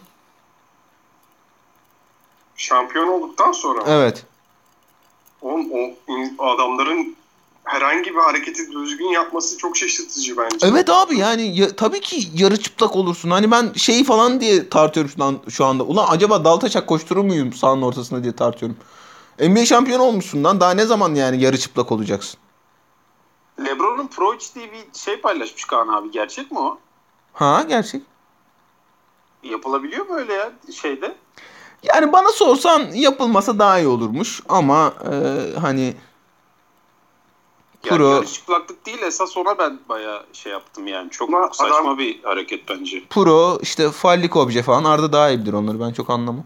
Şampiyon olduktan sonra Evet. o adamların herhangi bir hareketi düzgün yapması çok şaşırtıcı bence. Evet abi yani tabii ki yarı çıplak olursun. Hani ben şeyi falan diye tartıyorum şu anda. Ulan acaba dal taşak koşturur muyum sahanın ortasında diye tartıyorum. NBA şampiyonu olmuşsun lan. Daha ne zaman yani yarı çıplak olacaksın? LeBron'un Pro diye bir şey paylaşmış Kaan abi. Gerçek mi o? Ha gerçek. Yapılabiliyor mu öyle ya şeyde? Yani bana sorsan yapılmasa daha iyi olurmuş. Ama hani Yani Pro, yarı çıplaklık değil esas ona ben bayağı şey yaptım yani. Çok Ama saçma bir hareket bence. Pro işte fallik obje falan. Arda daha iyi bilir onları. Ben çok anlamam.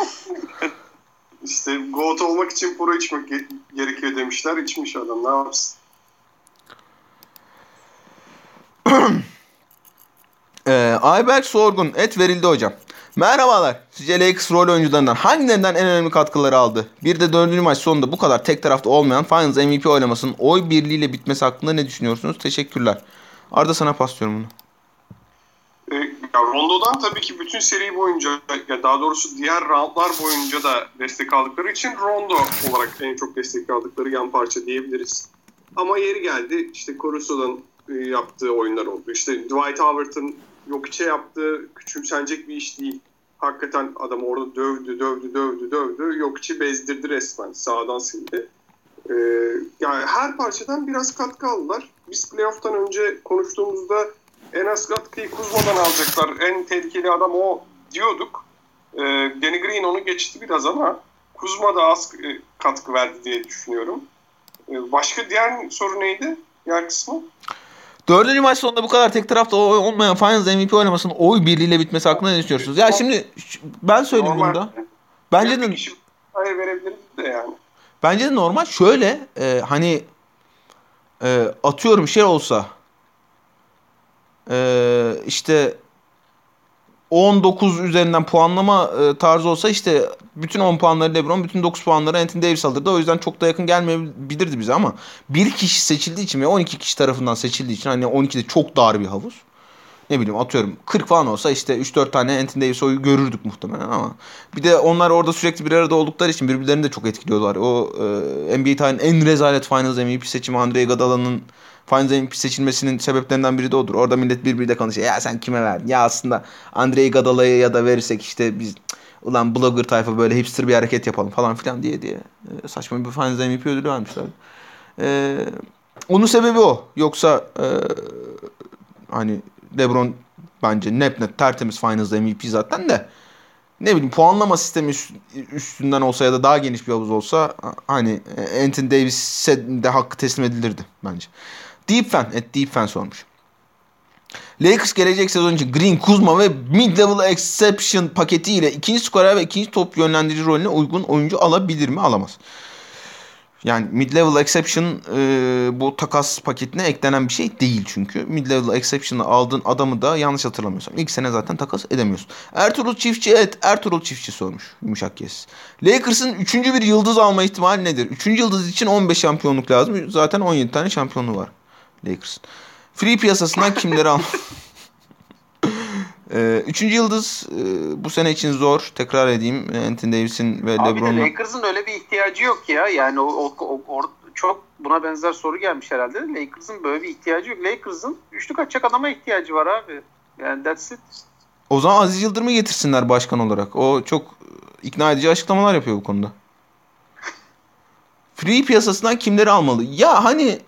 İşte GOAT olmak için pro içmek gerekiyor demişler. İçmiş adam, ne yapsın? Ayberk Sorgun et verildi hocam. Merhabalar. Sizce Lakers rol oyuncularından hangilerinden en önemli katkıları aldı? Bir de 4. maç sonunda bu kadar tek tarafta olmayan Finals MVP oylamasının oy birliğiyle bitmesi hakkında ne düşünüyorsunuz? Teşekkürler. Arda sana paslıyorum bunu. Ya Rondo'dan tabii ki bütün seri boyunca, ya daha doğrusu diğer roundlar boyunca da destek aldıkları için Rondo olarak en çok destek aldıkları yan parça diyebiliriz. Ama yeri geldi işte Caruso'dan yaptığı oyunlar oldu. İşte Dwight Howard'ın Jokic'e yaptığı küçümsenecek bir iş değil. Hakikaten adam orada dövdü. Jokic'i bezdirdi resmen. Sağdan sildi. Yani her parçadan biraz katkı aldılar. Biz playoff'tan önce konuştuğumuzda en az katkıyı Kuzma'dan alacaklar. En tehlikeli adam o diyorduk. Danny Green onu geçti biraz ama Kuzma da az katkı verdi diye düşünüyorum. Başka diğer soru neydi? Diğer kısmı? 4. maç sonunda bu kadar tek tarafta olmayan Finals MVP oylamasının oy birliğiyle bitmesi hakkında ne düşünüyorsunuz? Ya şimdi ben söyleyeyim bunu da. Bence de hayır verebiliriz de yani. bence de normal. Şöyle hani atıyorum şey olsa işte 19 üzerinden puanlama tarzı olsa işte bütün 10 puanları LeBron, bütün 9 puanları Anthony Davis alırdı. O yüzden çok da yakın gelmeyebilirdi bize ama bir kişi seçildiği için ve 12 kişi tarafından seçildiği için hani 12 de çok dar bir havuz. Ne bileyim atıyorum 40 falan olsa işte 3-4 tane Anthony Davis oyu görürdük muhtemelen ama bir de onlar orada sürekli bir arada oldukları için birbirlerini de çok etkiliyorlar. O NBA tarihinin en rezalet Finals MVP seçimi Andre Iguodala'nın Finals MVP seçilmesinin sebeplerinden biri de odur. Orada millet birbiriyle konuşuyor. Ya sen kime verdin? Ya aslında Andre Iguodala'ya ya da verirsek işte biz ulan blogger tayfa böyle hipster bir hareket yapalım falan filan diye saçma bir Finals MVP ödülü vermişler. Onun sebebi o. Yoksa hani LeBron bence net tertemiz Finals MVP zaten de ne bileyim puanlama sistemi üstünden olsa ya da daha geniş bir havuz olsa hani Anthony Davis'e de hakkı teslim edilirdi bence. Deep Fan sormuş. Lakers gelecek sezon için Green, Kuzma ve Mid-Level Exception paketiyle ikinci skorer ve ikinci top yönlendirici rolüne uygun oyuncu alabilir mi? Alamaz. Yani Mid-Level Exception bu takas paketine eklenen bir şey değil çünkü. Mid-Level Exception'ı aldığın adamı da yanlış hatırlamıyorsam ilk sene zaten takas edemiyorsun. Ertuğrul Çiftçi sormuş. Yumuşak kes. Lakers'ın 3. bir yıldız alma ihtimali nedir? 3. yıldız için 15 şampiyonluk lazım. Zaten 17 tane şampiyonluğu var Lakers'ın. Free piyasasından kimleri al? Üçüncü yıldız bu sene için zor. Tekrar edeyim. Anthony Davis'in ve LeBron'un. Abi de Lakers'ın öyle bir ihtiyacı yok ya. Yani çok buna benzer soru gelmiş herhalde. Lakers'ın böyle bir ihtiyacı yok. Lakers'ın üçlük atacak adama ihtiyacı var abi. Yani that's it. O zaman Aziz Yıldırım'ı getirsinler başkan olarak. O çok ikna edici açıklamalar yapıyor bu konuda. Free piyasasından kimleri almalı? Ya hani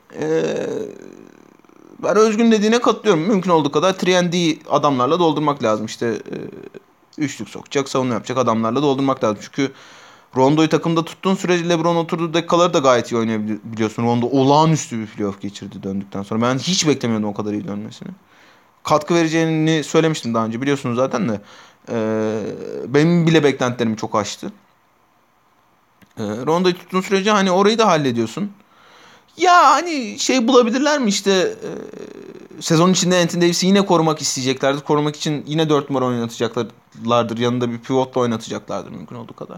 ben Özgün dediğine katılıyorum. Mümkün olduğu kadar 3&D adamlarla doldurmak lazım. İşte üçlük sokacak, savunma yapacak adamlarla doldurmak lazım. Çünkü Rondo'yu takımda tuttuğun sürece LeBron oturduğu dakikaları da gayet iyi oynayabiliyorsun. Rondo olağanüstü bir playoff geçirdi döndükten sonra. Ben hiç beklemiyordum o kadar iyi dönmesini. Katkı vereceğini söylemiştim daha önce biliyorsunuz zaten de. Benim bile beklentilerimi çok aştı. Rondo'yu tuttuğun sürece hani orayı da hallediyorsun. Ya hani şey bulabilirler mi işte sezon içinde Anthony Davis'i yine korumak isteyeceklerdir. Korumak için yine 4 numara oynatacaklardır. Yanında bir pivotla oynatacaklardır mümkün olduğu kadar.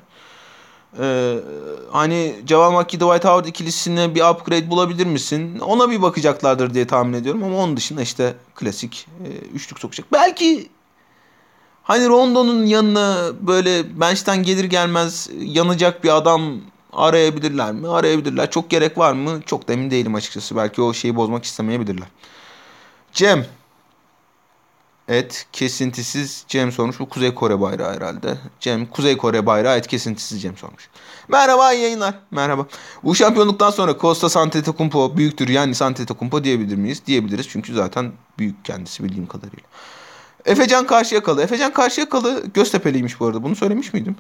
Hani Javal McGee, Dwight Howard ikilisine bir upgrade bulabilir misin? Ona bir bakacaklardır diye tahmin ediyorum. Ama onun dışında işte klasik üçlük sokacak. Belki hani Rondo'nun yanına böyle bench'ten gelir gelmez yanacak bir adam arayabilirler mi? Arayabilirler. Çok gerek var mı? Çok da emin değilim açıkçası. Belki o şeyi bozmak istemeyebilirler. Cem. Kesintisiz Cem sormuş. Bu Kuzey Kore bayrağı herhalde. Cem Kuzey Kore bayrağı kesintisiz Cem sormuş. Merhaba, iyi yayınlar. Merhaba. Bu şampiyonluktan sonra Kostas Antetokounmpo büyüktür. Yani Antetokounmpo diyebilir miyiz? Diyebiliriz. Çünkü zaten büyük kendisi bildiğim kadarıyla. Efecan Karşıyakalı. Efecan Karşıyakalı Göztepe'liymiş bu arada. Bunu söylemiş miydim?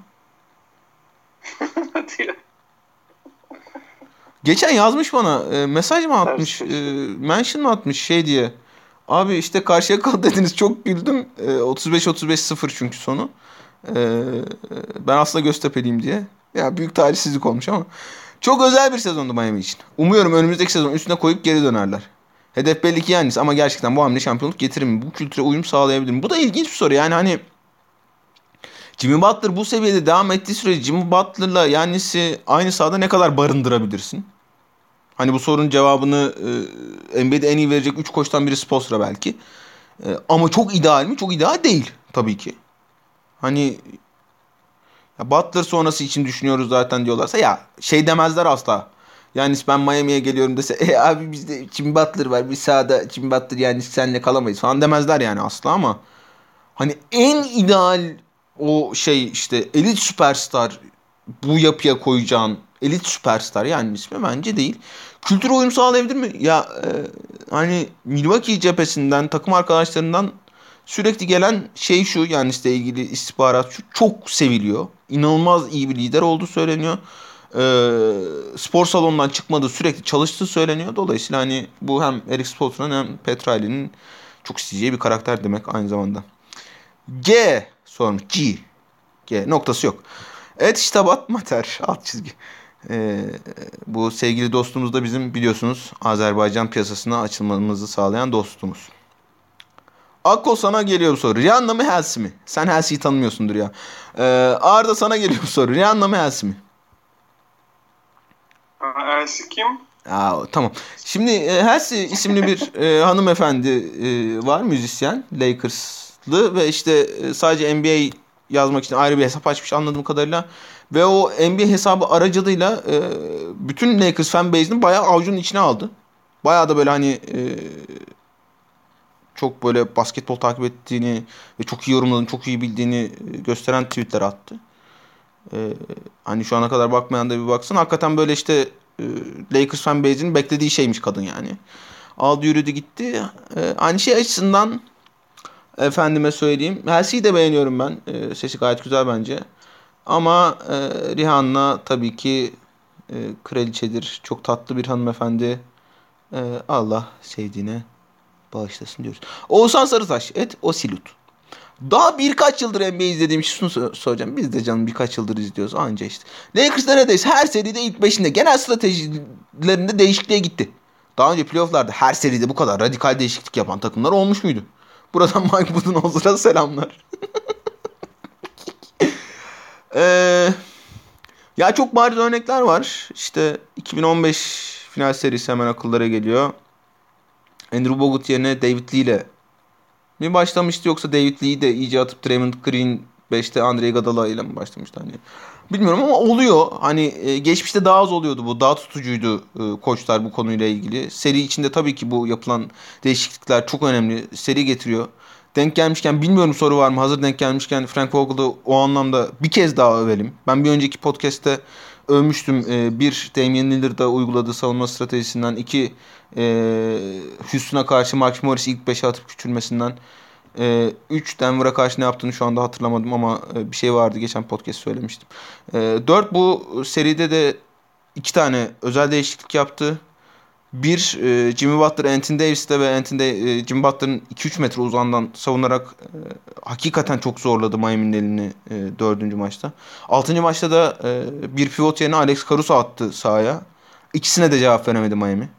Geçen yazmış bana. Mesaj mı atmış? Mention mı atmış şey diye. Abi işte Karşıyakalı dediniz, çok güldüm. 35-35-0 çünkü sonu. Ben aslında Göztepe'liyim diye. Ya büyük talihsizlik olmuş ama. Çok özel bir sezondu Miami için. Umuyorum önümüzdeki sezon üstüne koyup geri dönerler. Hedef belli ki Yannis ama gerçekten bu hamle şampiyonluk getirir mi? Bu kültüre uyum sağlayabilir mi? Bu da ilginç bir soru. Yani hani Jimmy Butler bu seviyede devam ettiği sürece Jimmy Butler'la Yannis'i aynı sahada ne kadar barındırabilirsin? Hani bu sorunun cevabını NBA'de en iyi verecek 3 koçtan biri Spoelstra belki. Ama çok ideal mi? Çok ideal değil tabii ki. Hani ya Butler sonrası için düşünüyoruz zaten diyorlarsa ya şey demezler asla. Yani ben Miami'ye geliyorum dese abi bizde Jimmy Butler var. Bir sahada Jimmy Butler yani seninle kalamayız falan demezler yani asla ama hani en ideal o şey işte elit süperstar bu yapıya koyacağın elit süperstar yani ismi bence değil. Kültüre uyum sağlayabilir mi? Ya hani Milwaukee cephesinden takım arkadaşlarından sürekli gelen şey şu yani işte ilgili istihbarat şu çok seviliyor. İnanılmaz iyi bir lider olduğu söyleniyor. Spor salonundan çıkmadığı sürekli çalıştığı söyleniyor. Dolayısıyla hani bu hem Eric Spoelstra'nın hem Petrali'nin çok isteyeceği bir karakter demek aynı zamanda. G sormuş. G noktası yok. Evet işte Mater alt çizgi. Bu sevgili dostumuz da bizim biliyorsunuz Azerbaycan piyasasına açılmamızı sağlayan dostumuz. Akko sana geliyor bu soru. Rihanna mı Halsey mi? Sen Halsey'i tanımıyorsundur ya. Arda sana geliyor bu soru. Rihanna mı Halsey mi? Halsey kim? Tamam. Şimdi Halsey isimli bir hanımefendi var, müzisyen. Lakers'lı ve işte sadece NBA yazmak için ayrı bir hesap açmış anladığım kadarıyla. Ve o NBA hesabı aracılığıyla bütün Lakers fanbase'ini bayağı avucunun içine aldı. Bayağı da böyle hani çok böyle basketbol takip ettiğini ve çok iyi yorumladığını, çok iyi bildiğini gösteren tweetler attı. Hani şu ana kadar bakmayan da bir baksın. Hakikaten böyle işte Lakers fanbase'inin beklediği şeymiş kadın yani. Aldı yürüdü gitti. Aynı şey açısından efendime söyleyeyim. Halsey'i de beğeniyorum ben. Sesi gayet güzel bence. Ama Rihanna tabii ki kraliçedir. Çok tatlı bir hanımefendi. Allah sevdiğine bağışlasın diyoruz. Oğuzhan Sarıtaş. Osilut. Daha birkaç yıldır NBA izlediğim için şunu soracağım. Biz de canım birkaç yıldır izliyoruz anca işte. Lakers neredeyse her seride ilk beşinde genel stratejilerinde değişikliğe gitti. Daha önce playofflarda her seride bu kadar radikal değişiklik yapan takımlar olmuş muydu? Buradan Mike Budenholzer'a selamlar. Ya çok bariz örnekler var. İşte 2015 final serisi hemen akıllara geliyor. Andrew Bogut yerine David Lee ile mi başlamıştı yoksa David Lee'yi de iyice atıp Draymond Green 5'te Andre Iguodala ile mi başlamıştı hani? Bilmiyorum ama oluyor. Hani geçmişte daha az oluyordu bu. Daha tutucuydu koçlar bu konuyla ilgili. Seri içinde tabii ki bu yapılan değişiklikler çok önemli. Seri getiriyor. Denk gelmişken bilmiyorum soru var mı? Hazır denk gelmişken Frank Vogel'ı o anlamda bir kez daha övelim. Ben bir önceki podcast'te övmüştüm. Bir, Damian Lillard'a uyguladığı savunma stratejisinden. İki, Houston'a karşı Mark Morris'i ilk 5'e atıp küçülmesinden. 3, Denver'a karşı ne yaptığını şu anda hatırlamadım ama bir şey vardı. Geçen podcast söylemiştim. 4, bu seride de 2 tane özel değişiklik yaptı. Bir, Jimmy Butler Anthony Davis'te ve Jimmy Butler'ın 2-3 metre uzağından savunarak hakikaten çok zorladı Miami'nin elini 4. maçta. 6. maçta da bir pivot yerine Alex Caruso attı sahaya. İkisine de cevap veremedi Miami.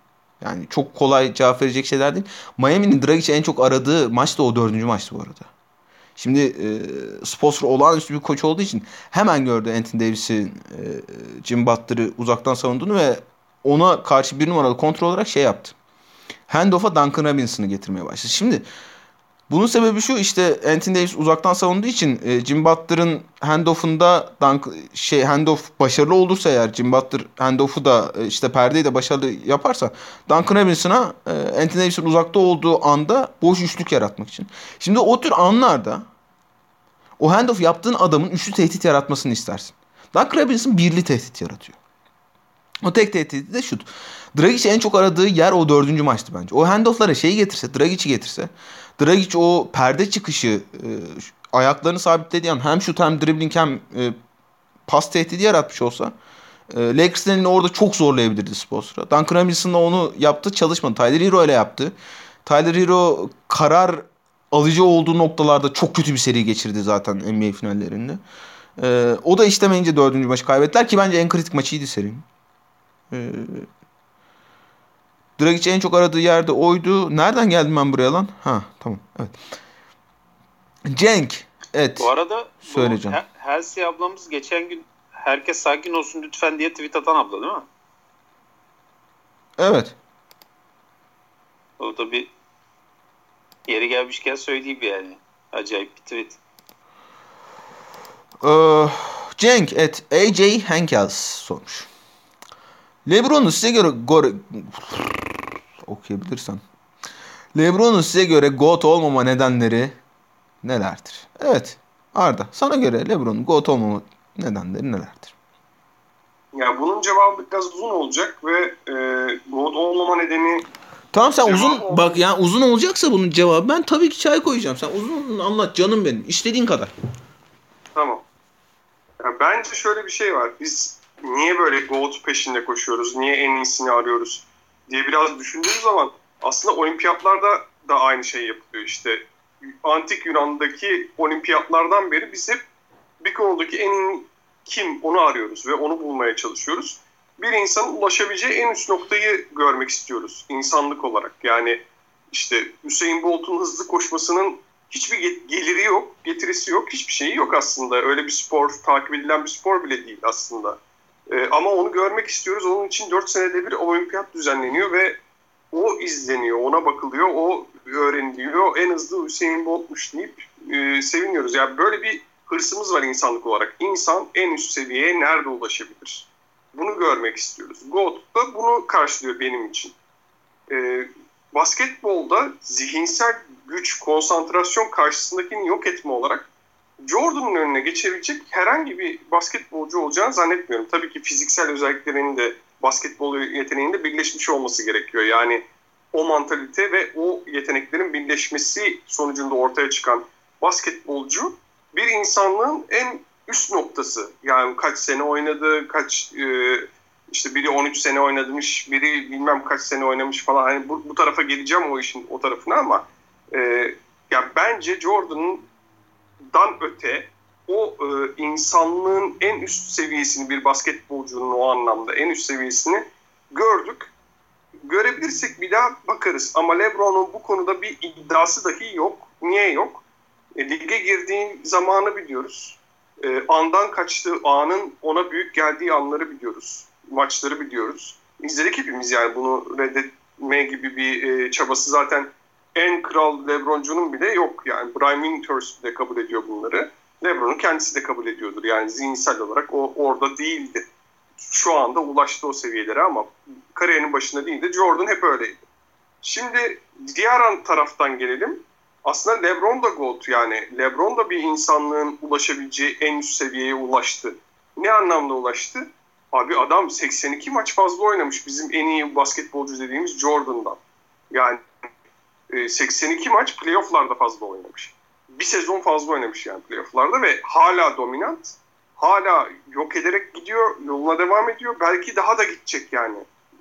Yani çok kolay cevap verecek şeyler değil. Miami'nin Dragic'i en çok aradığı maç da o 4. maçtı bu arada. Şimdi Spoelstra olağanüstü bir koç olduğu için hemen gördü Anthony Davis'in Jim Butler'ı uzaktan savunduğunu ve ona karşı bir numaralı kontrol olarak şey yaptı. Handoff'a Duncan Robinson'ı getirmeye başladı. Şimdi bunun sebebi şu, işte Anthony Davis uzaktan savunduğu için Jim Butler'ın handoff'unda handoff başarılı olursa eğer, Jim Butler handoff'u da işte perdeyi de başarılı yaparsa Duncan Robinson'a Anthony Davis'in uzakta olduğu anda boş üçlük yaratmak için. Şimdi o tür anlarda o handoff yaptığın adamın üçlü tehdit yaratmasını istersin. Duncan Robinson birli tehdit yaratıyor. O tek tehdidi de şut. Dragic'i en çok aradığı yer o 4. maçtı bence. O handoff'lara şeyi getirse, Dragic'i getirse, Dragic o perde çıkışı ayaklarını sabitlediği an hem şut hem dribbling hem pas tehdidi yaratmış olsa Lakers'ın elini orada çok zorlayabilirdi Spoelstra. Duncan Robinson'la onu yaptı, çalışmadı. Tyler Hero ile yaptı. Tyler Hero karar alıcı olduğu noktalarda çok kötü bir seri geçirdi zaten NBA finallerinde. O da işlemeyince 4. maçı kaybettiler ki bence en kritik maçıydı serinin. Dragic en çok aradığı yerde oydu. Nereden geldim ben buraya lan? Ha, tamam. Evet. Cenk. Evet. Bu arada söyleyeceğim. Halsey ablamız geçen gün herkes sakin olsun lütfen diye tweet atan abla değil mi? Evet. O da bir yeri gelmişken söyleyeyim yani. Acayip bir tweet. Cenk et AJ Henkels sormuş. LeBron'u size göre okuyabilirsem. LeBron'un size göre GOAT olmama nedenleri nelerdir? Evet. Arda, sana göre LeBron'un GOAT olmama nedenleri nelerdir? Ya bunun cevabı biraz uzun olacak ve GOAT olmama nedeni... Tamam, sen uzun bak, yani uzun olacaksa bunun cevabı, ben tabii ki çay koyacağım. Sen uzun anlat canım benim. İstediğin kadar. Tamam. Ya bence şöyle bir şey var. Biz niye böyle GOAT peşinde koşuyoruz? Niye en iyisini arıyoruz diye biraz düşündüğümüz zaman aslında olimpiyatlarda da aynı şey yapılıyor işte. Antik Yunan'daki olimpiyatlardan beri biz hep bir konudaki en iyi kim onu arıyoruz ve onu bulmaya çalışıyoruz. Bir insanın ulaşabileceği en üst noktayı görmek istiyoruz insanlık olarak. Yani işte Usain Bolt'un hızlı koşmasının hiçbir geliri yok, getirisi yok, hiçbir şeyi yok aslında. Öyle bir spor, takip edilen bir spor bile değil aslında. Ama onu görmek istiyoruz. Onun için 4 senede bir olimpiyat düzenleniyor ve o izleniyor, ona bakılıyor, o öğreniliyor. En hızlı Usain Bolt'muş deyip seviniyoruz. Yani böyle bir hırsımız var insanlık olarak. İnsan en üst seviyeye nerede ulaşabilir? Bunu görmek istiyoruz. GOAT da bunu karşılıyor benim için. Basketbolda zihinsel güç, konsantrasyon karşısındakini yok etme olarak Jordan'ın önüne geçebilecek herhangi bir basketbolcu olacağını zannetmiyorum. Tabii ki fiziksel özelliklerinin de basketbol yeteneğinin de birleşmiş olması gerekiyor. Yani o mantalite ve o yeteneklerin birleşmesi sonucunda ortaya çıkan basketbolcu bir insanlığın en üst noktası. Yani kaç sene oynadı, işte biri 13 sene oynamış, biri bilmem kaç sene oynamış falan. Hani bu tarafa geleceğim o işin o tarafına ama ya bence Jordan'dan öte o insanlığın en üst seviyesini, bir basketbolcunun o anlamda en üst seviyesini gördük. Görebilirsek bir daha bakarız. Ama LeBron'un bu konuda bir iddiası dahi yok. Niye yok? Lige girdiği zamanı biliyoruz. Andan kaçtığı, anın ona büyük geldiği anları biliyoruz. Maçları biliyoruz. İzledik hepimiz yani, bunu reddetme gibi bir çabası zaten en kral LeBron'cunun bile yok. Yani Brian Winters de kabul ediyor bunları. LeBron'un kendisi de kabul ediyordur. Yani zihinsel olarak o orada değildi. Şu anda ulaştı o seviyelere ama kariyerinin başında değildi. Jordan hep öyleydi. Şimdi diğer taraftan gelelim. Aslında LeBron da GOAT, yani LeBron da bir insanlığın ulaşabileceği en üst seviyeye ulaştı. Ne anlamda ulaştı? Abi adam 82 maç fazla oynamış bizim en iyi basketbolcu dediğimiz Jordan'dan. Yani 82 maç playoff'larda fazla oynamış. Bir sezon fazla oynamış yani playoff'larda ve hala dominant. Hala yok ederek gidiyor, yoluna devam ediyor. Belki daha da gidecek yani.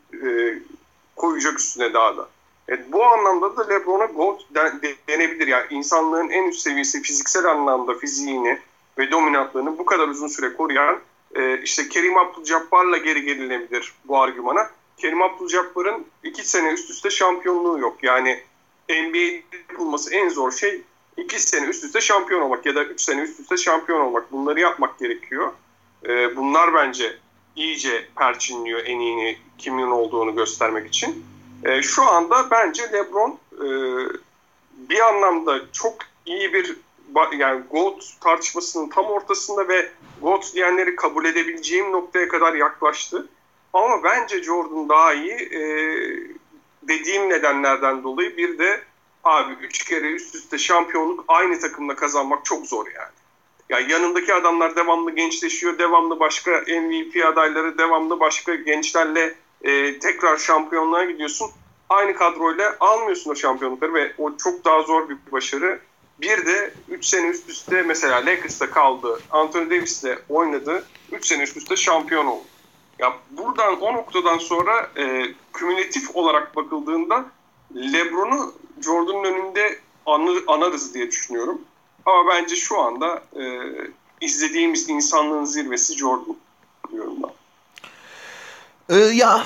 Koyacak üstüne daha da. Bu anlamda da LeBron'a GOAT denebilir. Yani insanlığın en üst seviyesi fiziksel anlamda fiziğini ve dominantlığını bu kadar uzun süre koruyan işte Kerim Abdul-Jabbar'la geri gelinebilir bu argümana. Kerim Abdul-Jabbar'ın 2 sene üst üste şampiyonluğu yok. Yani NBA'de yapılması en zor şey 2 sene üst üste şampiyon olmak ya da 3 sene üst üste şampiyon olmak. Bunları yapmak gerekiyor. Bunlar bence iyice perçinliyor en iyinin kimin olduğunu göstermek için. Şu anda bence LeBron bir anlamda çok iyi bir yani GOAT tartışmasının tam ortasında ve GOAT diyenleri kabul edebileceğim noktaya kadar yaklaştı. Ama bence Jordan daha iyi dediğim nedenlerden dolayı bir de abi 3 kere üst üste şampiyonluk aynı takımla kazanmak çok zor yani. Yani yanındaki adamlar devamlı gençleşiyor, devamlı başka MVP adayları, devamlı başka gençlerle tekrar şampiyonluğa gidiyorsun. Aynı kadroyla almıyorsun o şampiyonlukları ve o çok daha zor bir başarı. Bir de 3 sene üst üste mesela Lakers'ta kaldı, Anthony Davis'le oynadı, 3 sene üst üste şampiyon oldu. Ya buradan o noktadan sonra kümülatif olarak bakıldığında LeBron'u Jordan'ın önünde anarız diye düşünüyorum. Ama bence şu anda izlediğimiz insanlığın zirvesi Jordan diyorum ben. Ya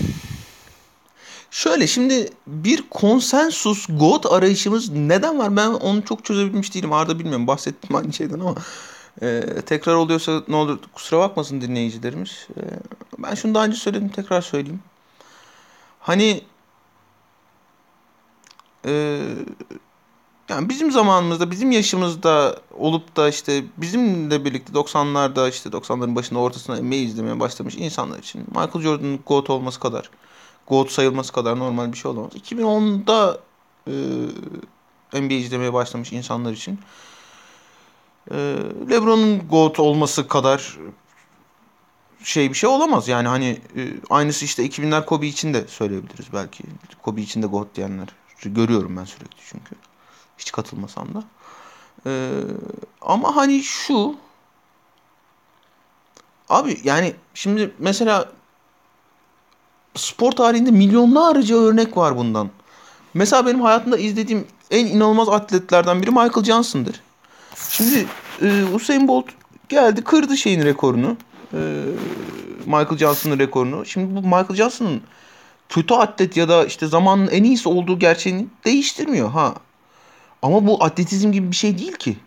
şöyle şimdi bir konsensus GOAT arayışımız neden var? Ben onu çok çözebilmiş değilim. Arada bilmiyorum, bahsettim aynı şeyden ama tekrar oluyorsa ne olur kusura bakmasın dinleyicilerimiz. Ben şunu daha önce söyledim, tekrar söyleyeyim. Hani yani bizim zamanımızda, bizim yaşımızda olup da işte bizimle birlikte 90'larda işte 90'ların başında ortasında NBA izlemeye başlamış insanlar için Michael Jordan'ın GOAT olması kadar, GOAT sayılması kadar normal bir şey olamaz. 2010'da NBA izlemeye başlamış insanlar için LeBron'un GOAT olması kadar bir şey olamaz. Yani hani aynısı işte 2000'ler Kobe için de söyleyebiliriz belki. Kobe için de GOAT diyenler görüyorum ben sürekli çünkü. Hiç katılmasam da. Ama hani şu abi yani şimdi mesela spor tarihinde milyonlarca örnek var bundan. Mesela benim hayatımda izlediğim en inanılmaz atletlerden biri Michael Johnson'dır. Şimdi Usain Bolt geldi kırdı şeyin rekorunu. Michael Johnson'ın rekorunu. Şimdi bu Michael Johnson'ın kötü atlet ya da işte zamanın en iyisi olduğu gerçeğini değiştirmiyor ha. Ama bu atletizm gibi bir şey değil ki.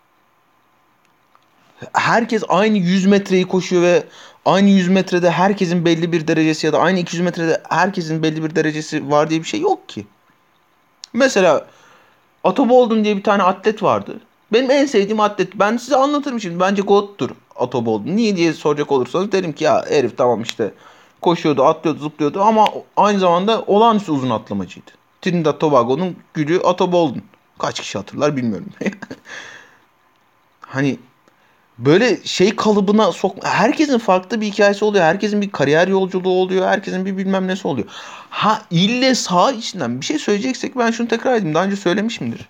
Herkes aynı 100 metreyi koşuyor ve aynı 100 metrede herkesin belli bir derecesi ya da aynı 200 metrede herkesin belli bir derecesi var diye bir şey yok ki. Mesela Otto Boldon diye bir tane atlet vardı. Benim en sevdiğim atlet. Ben size anlatırım şimdi. Bence GOAT'tur Otto Boldon. Niye diye soracak olursanız derim ki ya herif tamam işte koşuyordu, atlıyordu, zıplıyordu ama aynı zamanda olağanüstü uzun atlamacıydı. Trinidad Tobago'nun gülü Otto Boldon. Kaç kişi hatırlar bilmiyorum. Hani böyle şey kalıbına sokma. Herkesin farklı bir hikayesi oluyor. Herkesin bir kariyer yolculuğu oluyor. Herkesin bir bilmem nesi oluyor. Ha ille saha içinden bir şey söyleyeceksek ben şunu tekrar edeyim. Daha önce söylemişimdir.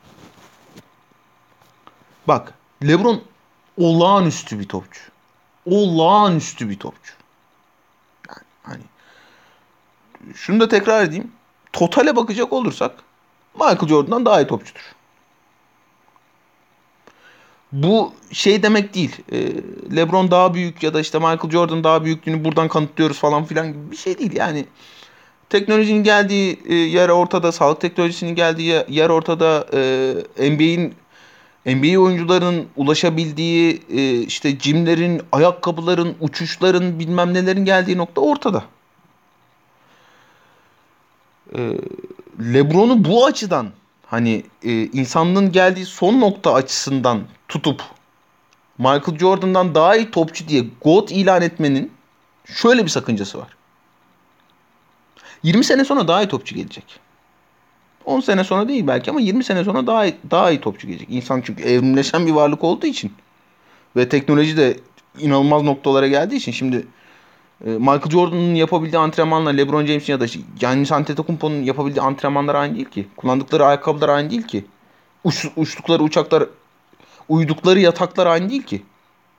Bak LeBron olağanüstü bir topçu. Olağanüstü bir topçu. Yani hani şunu da tekrar edeyim. Totale bakacak olursak Michael Jordan'dan daha iyi topçudur. Bu şey demek değil. LeBron daha büyük ya da işte Michael Jordan daha büyüklüğünü buradan kanıtlıyoruz falan filan gibi bir şey değil. Yani teknolojinin geldiği yer ortada, sağlık teknolojisinin geldiği yer ortada, NBA oyuncuların ulaşabildiği işte jimlerin, ayakkabıların, uçuşların, bilmem nelerin geldiği nokta ortada. LeBron'u bu açıdan hani insanlığın geldiği son nokta açısından tutup Michael Jordan'dan daha iyi topçu diye GOAT ilan etmenin şöyle bir sakıncası var. 20 sene sonra daha iyi topçu gelecek. 10 sene sonra değil belki ama 20 sene sonra daha iyi topçu gelecek. İnsan çünkü evrimleşen bir varlık olduğu için ve teknoloji de inanılmaz noktalara geldiği için şimdi Michael Jordan'ın yapabildiği antrenmanla LeBron James'in ya da Giannis Antetokounmpo'nun yapabildiği antrenmanlar aynı değil ki. Kullandıkları ayakkabılar aynı değil ki. Uçtukları uçaklar, uyudukları yataklar aynı değil ki.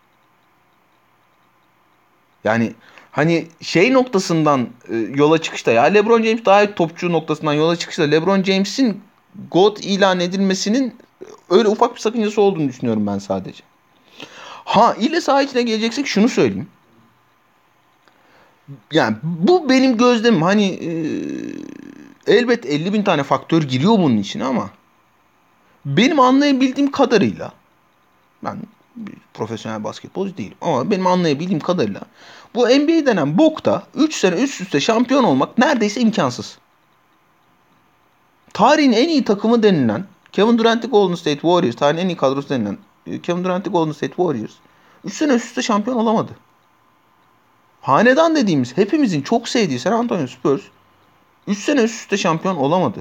Yani hani şey noktasından yola çıkışta ya LeBron James daha iyi topçu noktasından yola çıkışta LeBron James'in GOAT ilan edilmesinin öyle ufak bir sakıncası olduğunu düşünüyorum ben sadece. Ha ile saha içine geleceksek şunu söyleyeyim. Yani bu benim gözlemim. Hani elbet 50.000 tane faktör giriyor bunun için ama benim anlayabildiğim kadarıyla, ben bir profesyonel basketbolcu değilim ama benim anlayabildiğim kadarıyla bu NBA denen bokta 3 sene üst üste şampiyon olmak neredeyse imkansız. Tarihin en iyi takımı denilen Kevin Durant'li Golden State Warriors, tarihin en iyi kadrosu denilen Kevin Durant'li Golden State Warriors 3 sene üst üste şampiyon olamadı. Hanedan dediğimiz hepimizin çok sevdiği San Antonio Spurs 3 sene üst üste şampiyon olamadı.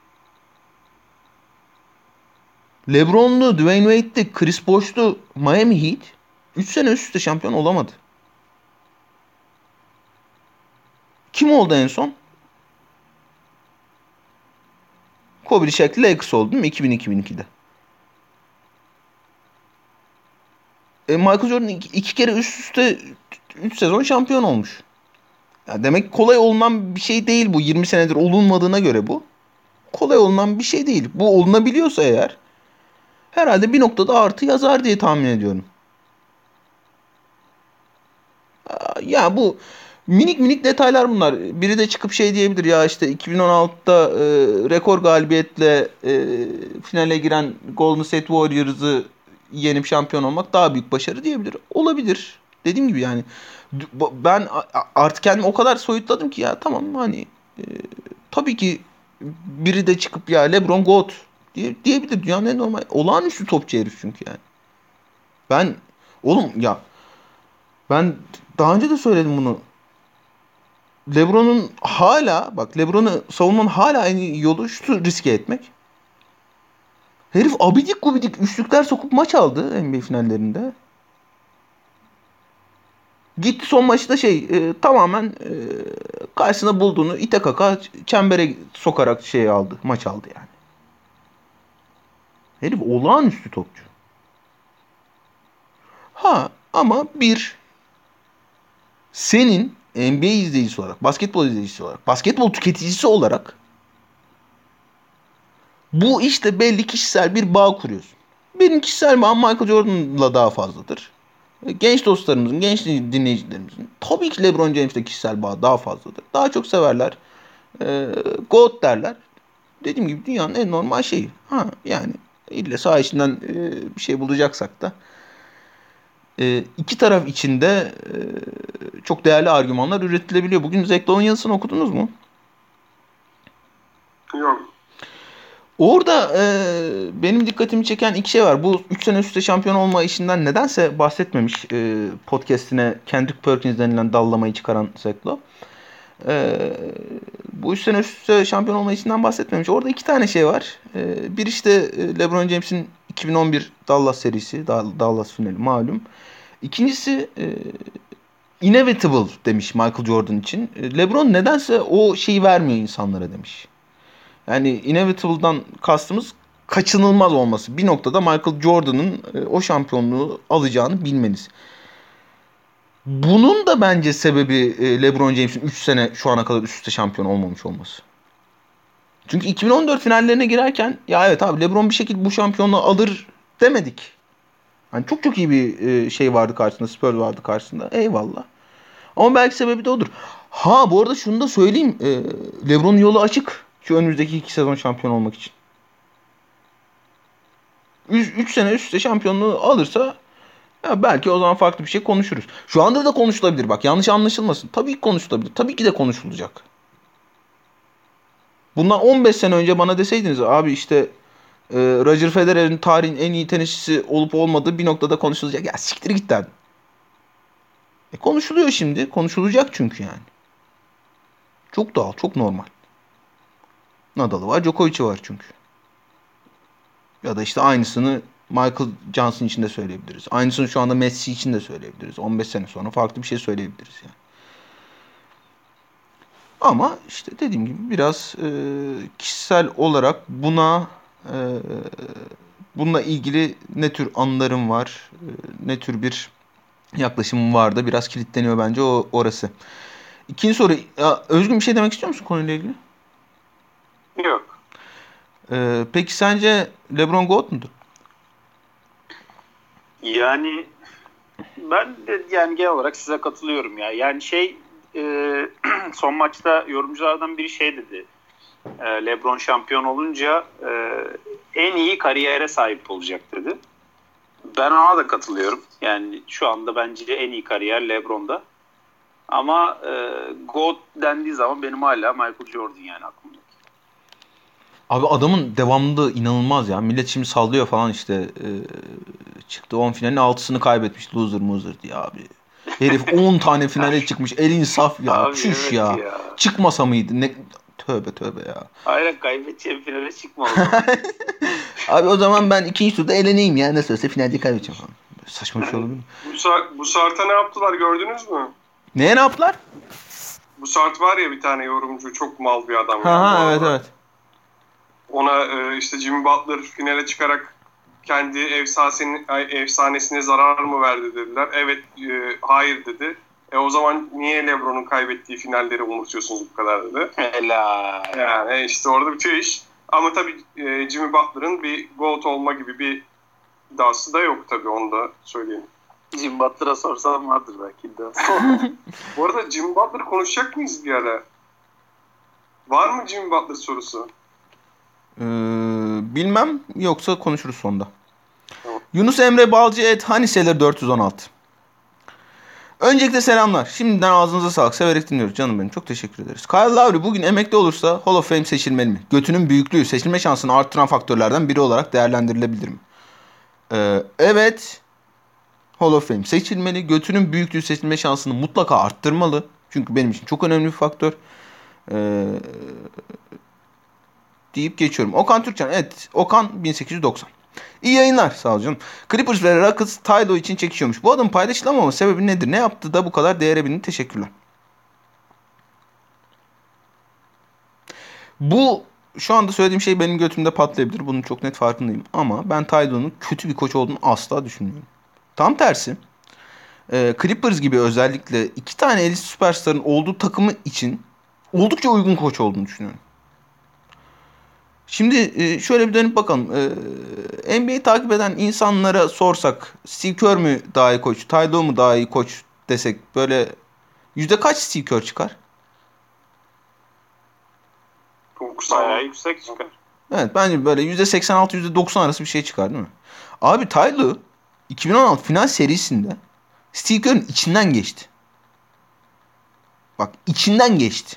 LeBron'lu, Dwayne Wade'li, Chris Bosh'lu Miami Heat 3 sene üst üste şampiyon olamadı. Kim oldu en son? Kobe Shaq'li Lakers oldu değil mi? 2000-2002'de. Michael Jordan iki kere üst üste 3 sezon şampiyon olmuş. Ya demek kolay olunan bir şey değil bu. 20 senedir olunmadığına göre bu. Kolay olunan bir şey değil. Bu olunabiliyorsa eğer herhalde bir noktada artı yazar diye tahmin ediyorum. Ya bu minik minik detaylar bunlar. Biri de çıkıp şey diyebilir ya işte 2016'da rekor galibiyetle finale giren Golden State Warriors'ı yenip şampiyon olmak daha büyük başarı diyebilir. Olabilir. Dediğim gibi yani ben artık kendimi o kadar soyutladım ki ya tamam hani tabii ki biri de çıkıp ya LeBron GOAT diyebilir. Dünyanın en normal olağanüstü topçu herif çünkü yani. Ben oğlum ya ben daha önce de söyledim bunu. LeBron'un hala bak LeBron'u savunmanın hala en iyi yolu şu riske etmek. Herif abidik gubidik üçlükler sokup maç aldı NBA finallerinde. Gitti son maçta tamamen karşısına bulduğunu ite kaka çembere sokarak aldı. Maç aldı yani. Herif olağanüstü topçu. Ha ama senin NBA izleyicisi olarak, basketbol izleyicisi olarak, basketbol tüketicisi olarak bu işte belli kişisel bir bağ kuruyorsun. Benim kişisel bağım Michael Jordan'la daha fazladır. Genç dostlarımızın, genç dinleyicilerimizin tabii ki LeBron James'le kişisel bağ daha fazladır. Daha çok severler. GOAT derler. Dediğim gibi dünyanın en normal şeyi. Ha yani ille saha içinden bir şey bulacaksak da iki taraf içinde çok değerli argümanlar üretilebiliyor. Bugün Zach Lowe'un yazısını okudunuz mu? Yok. Orada benim dikkatimi çeken iki şey var. Bu 3 sene üst üste şampiyon olma işinden nedense bahsetmemiş podcast'ine Kendrick Perkins denilen dallamayı çıkaran Zach Lowe. Bu 3 sene üst üste şampiyon olma işinden bahsetmemiş. Orada iki tane şey var. Bir işte LeBron James'in 2011 Dallas serisi, Dallas finali malum. İkincisi inevitable demiş Michael Jordan için. LeBron nedense o şeyi vermiyor insanlara demiş. Yani inevitable'dan kastımız kaçınılmaz olması. Bir noktada Michael Jordan'ın o şampiyonluğu alacağını bilmeniz. Bunun da bence sebebi LeBron James'in 3 sene şu ana kadar üst üste şampiyon olmamış olması. Çünkü 2014 finallerine girerken ya evet abi LeBron bir şekilde bu şampiyonluğu alır demedik. Hani çok çok iyi bir şey vardı karşısında. Spurs vardı karşısında. Eyvallah. Ama belki sebebi de odur. Ha bu arada şunu da söyleyeyim. LeBron'un yolu açık. Şu önümüzdeki 2 sezon şampiyon olmak için. 3 sene üst üste şampiyonluğu alırsa ya belki o zaman farklı bir şey konuşuruz. Şu anda da konuşulabilir bak. Yanlış anlaşılmasın. Tabii ki konuşulabilir. Tabii ki de konuşulacak. Bundan 15 sene önce bana deseydiniz abi işte Roger Federer'in tarihin en iyi tenisçisi olup olmadığı bir noktada konuşulacak. Ya siktir git derdim. Konuşuluyor şimdi. Konuşulacak çünkü yani. Çok doğal, çok normal. Nadal'ı var, Djokovic'i var çünkü. Ya da işte aynısını Michael Johnson için de söyleyebiliriz. Aynısını şu anda Messi için de söyleyebiliriz. 15 sene sonra farklı bir şey söyleyebiliriz yani. Ama işte dediğim gibi biraz kişisel olarak bununla ilgili ne tür anılarım var, ne tür bir yaklaşımım var da biraz kilitleniyor bence orası. İkinci soru. Ya, Özgün bir şey demek istiyor musun konuyla ilgili? Yok. Peki sence LeBron GOAT mudur? Yani ben de yani genel olarak size katılıyorum ya. Yani son maçta yorumculardan biri şey dedi. LeBron şampiyon olunca en iyi kariyere sahip olacak dedi. Ben ona da katılıyorum. Yani şu anda bence en iyi kariyer LeBron'da. Ama GOAT dendiği zaman benim hala Michael Jordan yani aklımda. Abi adamın devamlılığı inanılmaz ya. Millet şimdi sallıyor falan işte. Çıktı 10 finalin 6'sını kaybetmiş. Loser diye abi. Herif 10 tane finale çıkmış. Elin saf ya. Abi Çüş evet ya. ya. Çıkmasa mıydı? Ne? Tövbe ya. Hayır, kaybedeceğim finale çıkma o zaman. Abi o zaman ben ikinci turda eleneyim ya. Nasıl olsa finalde kaybedeceğim falan. Böyle saçma bir şey olabilir mi? Bu Sart'a ne yaptılar gördünüz mü? Neye ne yaptılar? Bu Sart var ya bir tane yorumcu, çok mal bir adam. Ha evet. Ona işte Jimmy Butler finale çıkarak kendi efsanesine zarar mı verdi dediler. Evet, hayır dedi. O zaman niye LeBron'un kaybettiği finalleri umursuyorsunuz bu kadar dedi. Helal. Yani işte orada bitiyor iş. Ama tabii Jimmy Butler'ın bir GOAT olma gibi bir iddiası da yok tabii, onu da söyleyeyim. Jimmy Butler'a sorsam vardır belki iddiası. Bu arada Jimmy Butler konuşacak mıyız bir ara? Var mı Jimmy Butler sorusu? Bilmem, yoksa konuşuruz sonda. Tamam. Yunus Emre Balcı @haniseler 416. Öncelikle selamlar. Şimdiden ağzınıza sağlık. Severek dinliyoruz canım benim. Çok teşekkür ederiz. Kyle Lowry bugün emekli olursa Hall of Fame seçilmeli mi? Götünün büyüklüğü seçilme şansını arttıran faktörlerden biri olarak değerlendirilebilir mi? Evet. Hall of Fame seçilmeli. Götünün büyüklüğü seçilme şansını mutlaka arttırmalı. Çünkü benim için çok önemli bir faktör. Deyip geçiyorum. Okan Türkcan. Evet. Okan 1890. İyi yayınlar. Sağ ol canım. Clippers ve Rockets Ty Lue için çekişiyormuş. Bu adamın paylaşılamama sebebi nedir? Ne yaptı da bu kadar değere bindi? Teşekkürler. Bu şu anda söylediğim şey benim götümde patlayabilir. Bunun çok net farkındayım. Ama ben Ty Lue'nun kötü bir koç olduğunu asla düşünmüyorum. Tam tersi. Clippers gibi özellikle 2 tane elit süperstarın olduğu takımı için oldukça uygun koç olduğunu düşünüyorum. Şimdi şöyle bir dönüp bakalım. NBA'yi takip eden insanlara sorsak Steve Kerr mü daha iyi koç, Ty Lue mu daha iyi koç desek böyle yüzde kaç Steve Kerr çıkar? Bayağı yüksek çıkar. Evet, bence böyle %86 %90 arası bir şey çıkar değil mi? Abi Ty Lue 2016 final serisinde Steve Kerr'ın içinden geçti. Bak, içinden geçti.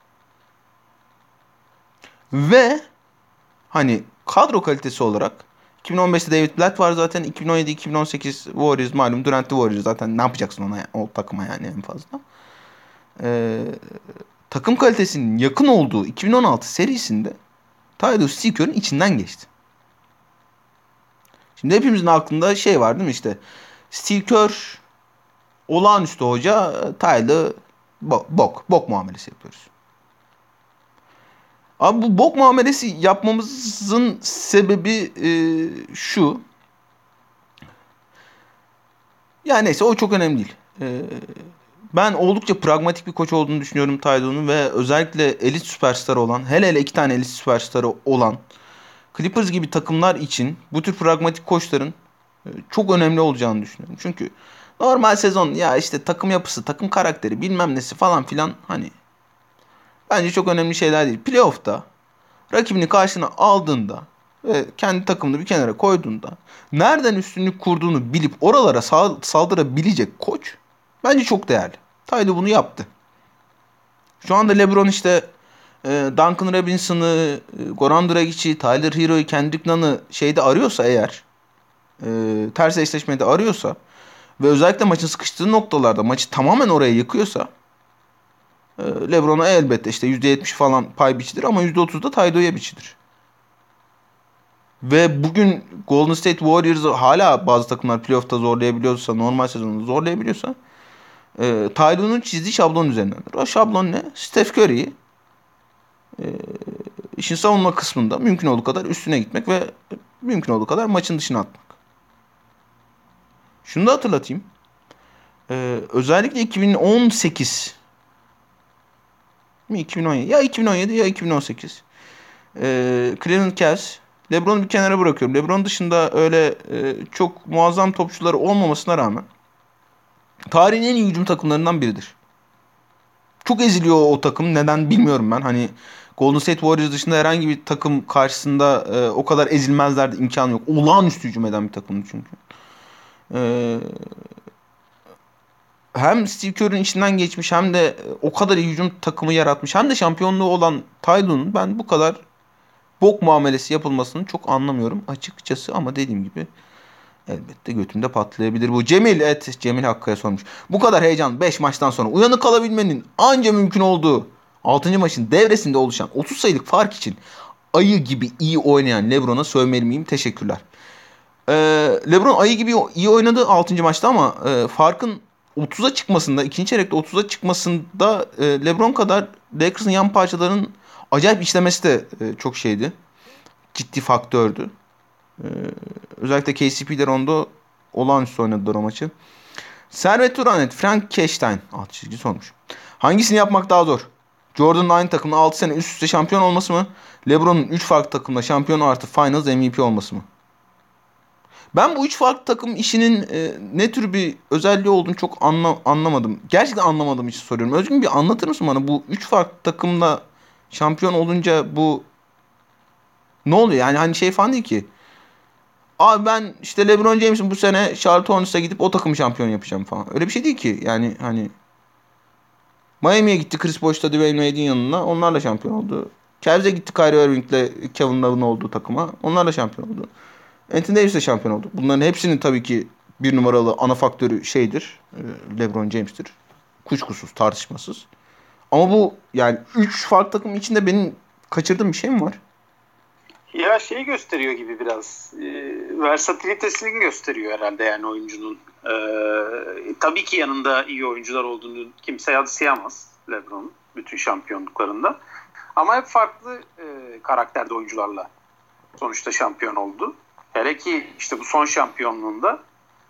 Ve hani kadro kalitesi olarak 2015'te David Blatt var zaten. 2017-2018 Warriors malum. Durant'li Warriors zaten, ne yapacaksın ona, o takıma yani en fazla. Takım kalitesinin yakın olduğu 2016 serisinde Ty Lue Steve Kerr'ın içinden geçti. Şimdi hepimizin aklında şey var değil mi işte. Steve Kerr olağanüstü hoca, Ty Lue bok muamelesi yapıyoruz. Abi bu bok muamelesi yapmamızın sebebi şu. Yani neyse, o çok önemli değil. Ben oldukça pragmatik bir koç olduğunu düşünüyorum Ty Lue'nun ve özellikle elit süperstarı olan, hele 2 tane elit süperstarı olan Clippers gibi takımlar için bu tür pragmatik koçların çok önemli olacağını düşünüyorum. Çünkü normal sezon ya işte takım yapısı, takım karakteri bilmem nesi falan filan hani bence çok önemli şeyler değil. Playoff'ta rakibini karşına aldığında ve kendi takımını bir kenara koyduğunda nereden üstünlük kurduğunu bilip oralara saldırabilecek koç bence çok değerli. Ty Lue bunu yaptı. Şu anda LeBron işte Duncan Robinson'ı, Goran Dragic'i, Tyler Hero'yu, Kendrick Nunn'ı şeyde arıyorsa eğer, ters eşleşmede arıyorsa ve özellikle maçın sıkıştığı noktalarda maçı tamamen oraya yıkıyorsa LeBron'a elbette işte %70 falan pay biçilir ama %30 da Ty Lue'ya biçilir. Ve bugün Golden State Warriors'ı hala bazı takımlar playoff'ta zorlayabiliyorsa, normal sezonunda zorlayabiliyorsa Ty Lue'nun çizdiği şablon üzerindendir. O şablon ne? Steph Curry'i işin savunma kısmında mümkün olduğu kadar üstüne gitmek ve mümkün olduğu kadar maçın dışına atmak. Şunu da hatırlatayım. Özellikle 2018 mi 2017 ya 2017 ya 2018 Cleveland Cavs, LeBron'u bir kenara bırakıyorum. LeBron dışında öyle çok muazzam topçuları olmamasına rağmen tarihin en iyi hücum takımlarından biridir. çok eziliyor o takım. Neden bilmiyorum ben. Hani Golden State Warriors dışında herhangi bir takım karşısında o kadar ezilmezlerdi, imkanı yok. Olağanüstü hücum eden bir takımdı çünkü. E, Hem Steve Kerr'ün içinden geçmiş hem de o kadar iyi hücum takımı yaratmış. Hem de şampiyonluğu olan Ty Lue'nun ben bu kadar bok muamelesi yapılmasını çok anlamıyorum açıkçası. Ama dediğim gibi elbette götümde patlayabilir bu. Cemil Hakkı'ya sormuş. Bu kadar heyecan 5 maçtan sonra uyanık kalabilmenin anca mümkün olduğu 6. maçın devresinde oluşan 30 sayılık fark için ayı gibi iyi oynayan LeBron'a sövmeli miyim? Teşekkürler. LeBron ayı gibi iyi oynadı 6. maçta ama farkın 30'a çıkmasında, ikinci çeyrekte 30'a çıkmasında LeBron kadar Lakers'ın yan parçalarının acayip işlemesi de çok şeydi. Ciddi faktördü. Özellikle KCP'ler onda olağanüstü oynadılar o maçı. Servet Turanet, Frank Keştein alt çizgi sormuş. Hangisini yapmak daha zor? Jordan'ın aynı takımda 6 sene üst üste şampiyon olması mı? LeBron'un 3 farklı takımda şampiyon artı Finals MVP olması mı? Ben bu 3 farklı takım işinin ne tür bir özelliği olduğunu çok anlamadım. Gerçekten anlamadığım için soruyorum. Özgün bir anlatır mısın bana? Bu 3 farklı takımda şampiyon olunca bu ne oluyor? Yani hani şey falan değil ki. Abi ben işte LeBron James'in bu sene Charlotte Hornets'a gidip o takımı şampiyon yapacağım falan. Öyle bir şey değil ki. Yani hani Miami'ye gitti Chris Bosh'ta Dwayne Wade'in yanına. Onlarla şampiyon oldu. Cavs'e gitti Kyrie Irving'le Kevin Love'ın olduğu takıma. Onlarla şampiyon oldu. Anthony Davis'le şampiyon oldu. Bunların hepsinin tabii ki bir numaralı ana faktörü şeydir. LeBron James'tir. Kuşkusuz, tartışmasız. Ama bu yani 3 farklı takım içinde benim kaçırdığım bir şey mi var? Ya şey gösteriyor gibi biraz. Versatilitesini gösteriyor herhalde yani oyuncunun. Tabii ki yanında iyi oyuncular olduğunu kimse yadsıyamaz LeBron'un bütün şampiyonluklarında. Ama hep farklı karakterde oyuncularla sonuçta şampiyon oldu. Hele ki işte bu son şampiyonluğunda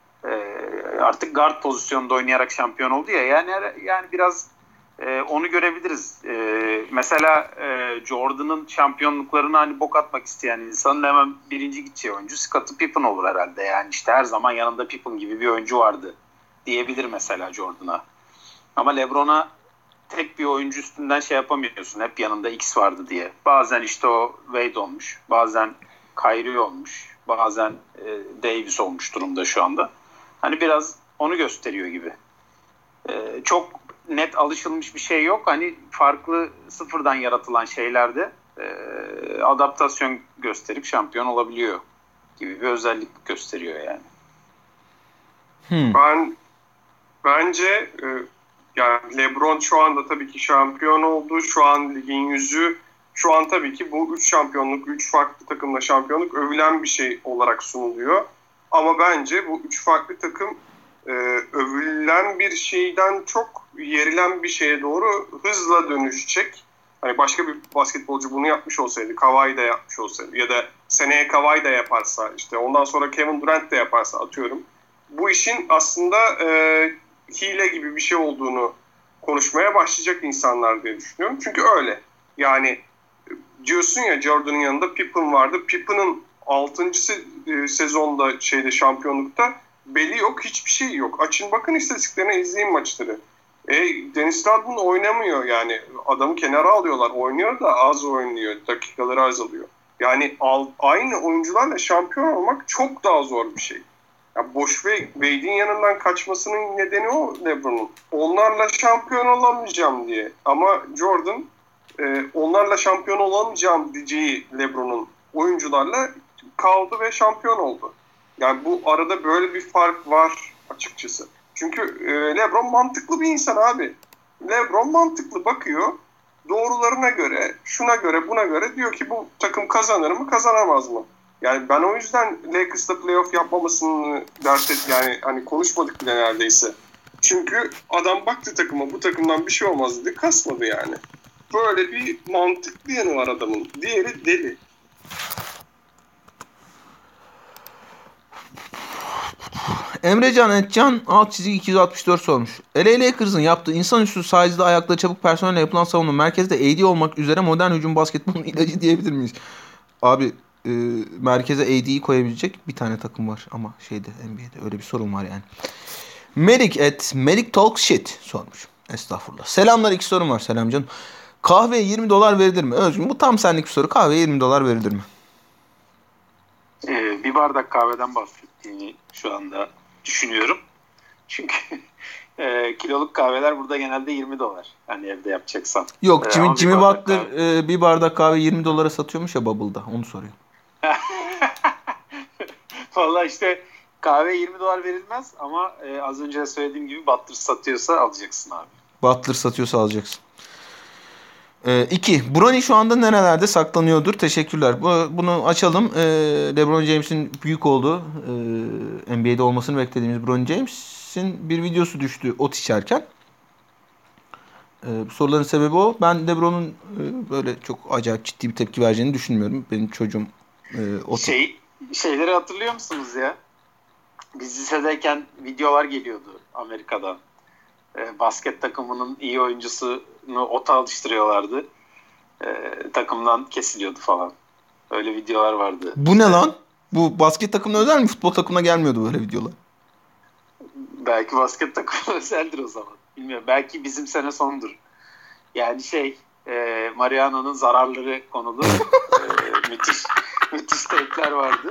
artık guard pozisyonunda oynayarak şampiyon oldu ya. Yani biraz onu görebiliriz. Mesela Jordan'ın şampiyonluklarını hani bok atmak isteyen insanın hemen birinci gideceği oyuncu Scottie Pippen olur herhalde. Yani işte her zaman yanında Pippen gibi bir oyuncu vardı diyebilir mesela Jordan'a. Ama LeBron'a tek bir oyuncu üstünden şey yapamıyorsun. Hep yanında X vardı diye. Bazen işte o Wade olmuş. Bazen Kyrie olmuş. Bazen Davis olmuş durumda şu anda. Hani biraz onu gösteriyor gibi. Çok net alışılmış bir şey yok. Hani farklı sıfırdan yaratılan şeylerde adaptasyon gösterip şampiyon olabiliyor gibi bir özellik gösteriyor yani. Bence yani LeBron şu anda tabii ki şampiyon oldu. Şu an ligin yüzü. Şu an tabii ki bu 3 şampiyonluk, 3 farklı takımla şampiyonluk övülen bir şey olarak sunuluyor. Ama bence bu 3 farklı takım övülen bir şeyden çok yerilen bir şeye doğru hızla dönüşecek. Hani başka bir basketbolcu bunu yapmış olsaydı, Kawhi da yapmış olsaydı ya da seneye Kawhi da yaparsa, işte ondan sonra Kevin Durant de yaparsa atıyorum. Bu işin aslında hile gibi bir şey olduğunu konuşmaya başlayacak insanlar diye düşünüyorum. Çünkü öyle. Yani diyorsun ya Jordan'ın yanında Pippen vardı. Pippen'ın 6. sezonda şampiyonlukta beli yok, hiçbir şey yok. Açın bakın istatistiklerine, izleyin maçları. Dennis Rodman oynamıyor yani. Adamı kenara alıyorlar. Oynuyor da az oynuyor. Dakikaları azalıyor. Yani aynı oyuncularla şampiyon olmak çok daha zor bir şey. Ya Bosh ve Wade'in yanından kaçmasının nedeni o LeBron'un. Onlarla şampiyon olamayacağım diye. Ama Jordan onlarla şampiyon olamayacağım diyeceği LeBron'un oyuncularla kaldı ve şampiyon oldu. Yani bu arada böyle bir fark var açıkçası. Çünkü LeBron mantıklı bir insan abi. LeBron mantıklı bakıyor. Doğrularına göre, şuna göre, buna göre diyor ki bu takım kazanır mı, kazanamaz mı? Yani ben o yüzden Lakers'ta playoff yapmamasını yani hani konuşmadık bile neredeyse. Çünkü adam baktı takıma, bu takımdan bir şey olmaz dedi, kasmadı yani. Böyle bir mantıklı yanı var adamın. Diğeri deli. Emrecan Etcan alt çizgi 264 sormuş. LA Lakers'ın yaptığı insanüstü size'da ayakları çabuk personelle yapılan savunma merkezde AD olmak üzere modern hücum basketbolunun ilacı diyebilir miyiz? Abi merkeze AD'yi koyabilecek bir tane takım var ama NBA'de öyle bir sorun var yani. Melik Talks Shit sormuş. Estağfurullah. Selamlar, iki sorum var. Selam canım. Kahveye $20 verilir mi? Özgün, bu tam senlik bir soru. Kahveye $20 verilir mi? Bir bardak kahveden bahsettiğini şu anda düşünüyorum. Çünkü kiloluk kahveler burada genelde $20. Hani evde yapacaksan. Yok, Jimmy Butler bir bardak kahve $20 satıyormuş ya Bubble'da. Onu soruyor. Vallahi işte kahve $20 verilmez ama az önce söylediğim gibi Butler satıyorsa alacaksın abi. Butler satıyorsa alacaksın. 2. Bronny şu anda nerelerde saklanıyordur? Teşekkürler. Bunu açalım. LeBron James'in büyük olduğu NBA'de olmasını beklediğimiz Bronny James'in bir videosu düştü ot içerken. Soruların sebebi o. Ben LeBron'un böyle çok acayip ciddi bir tepki vereceğini düşünmüyorum. Benim çocuğum şeyleri hatırlıyor musunuz ya? Biz lisedeyken videolar geliyordu Amerika'dan. Basket takımının iyi oyuncusunu ota alıştırıyorlardı. Takımdan kesiliyordu falan. Öyle videolar vardı. Bu ne lan? Bu basket takımına özel mi? Futbol takımına gelmiyordu böyle videolar. Belki basket takımına özeldir o zaman. Bilmiyorum. Belki bizim sene sondur. Yani Mariano'nun zararları konulu müthiş tepkiler vardı.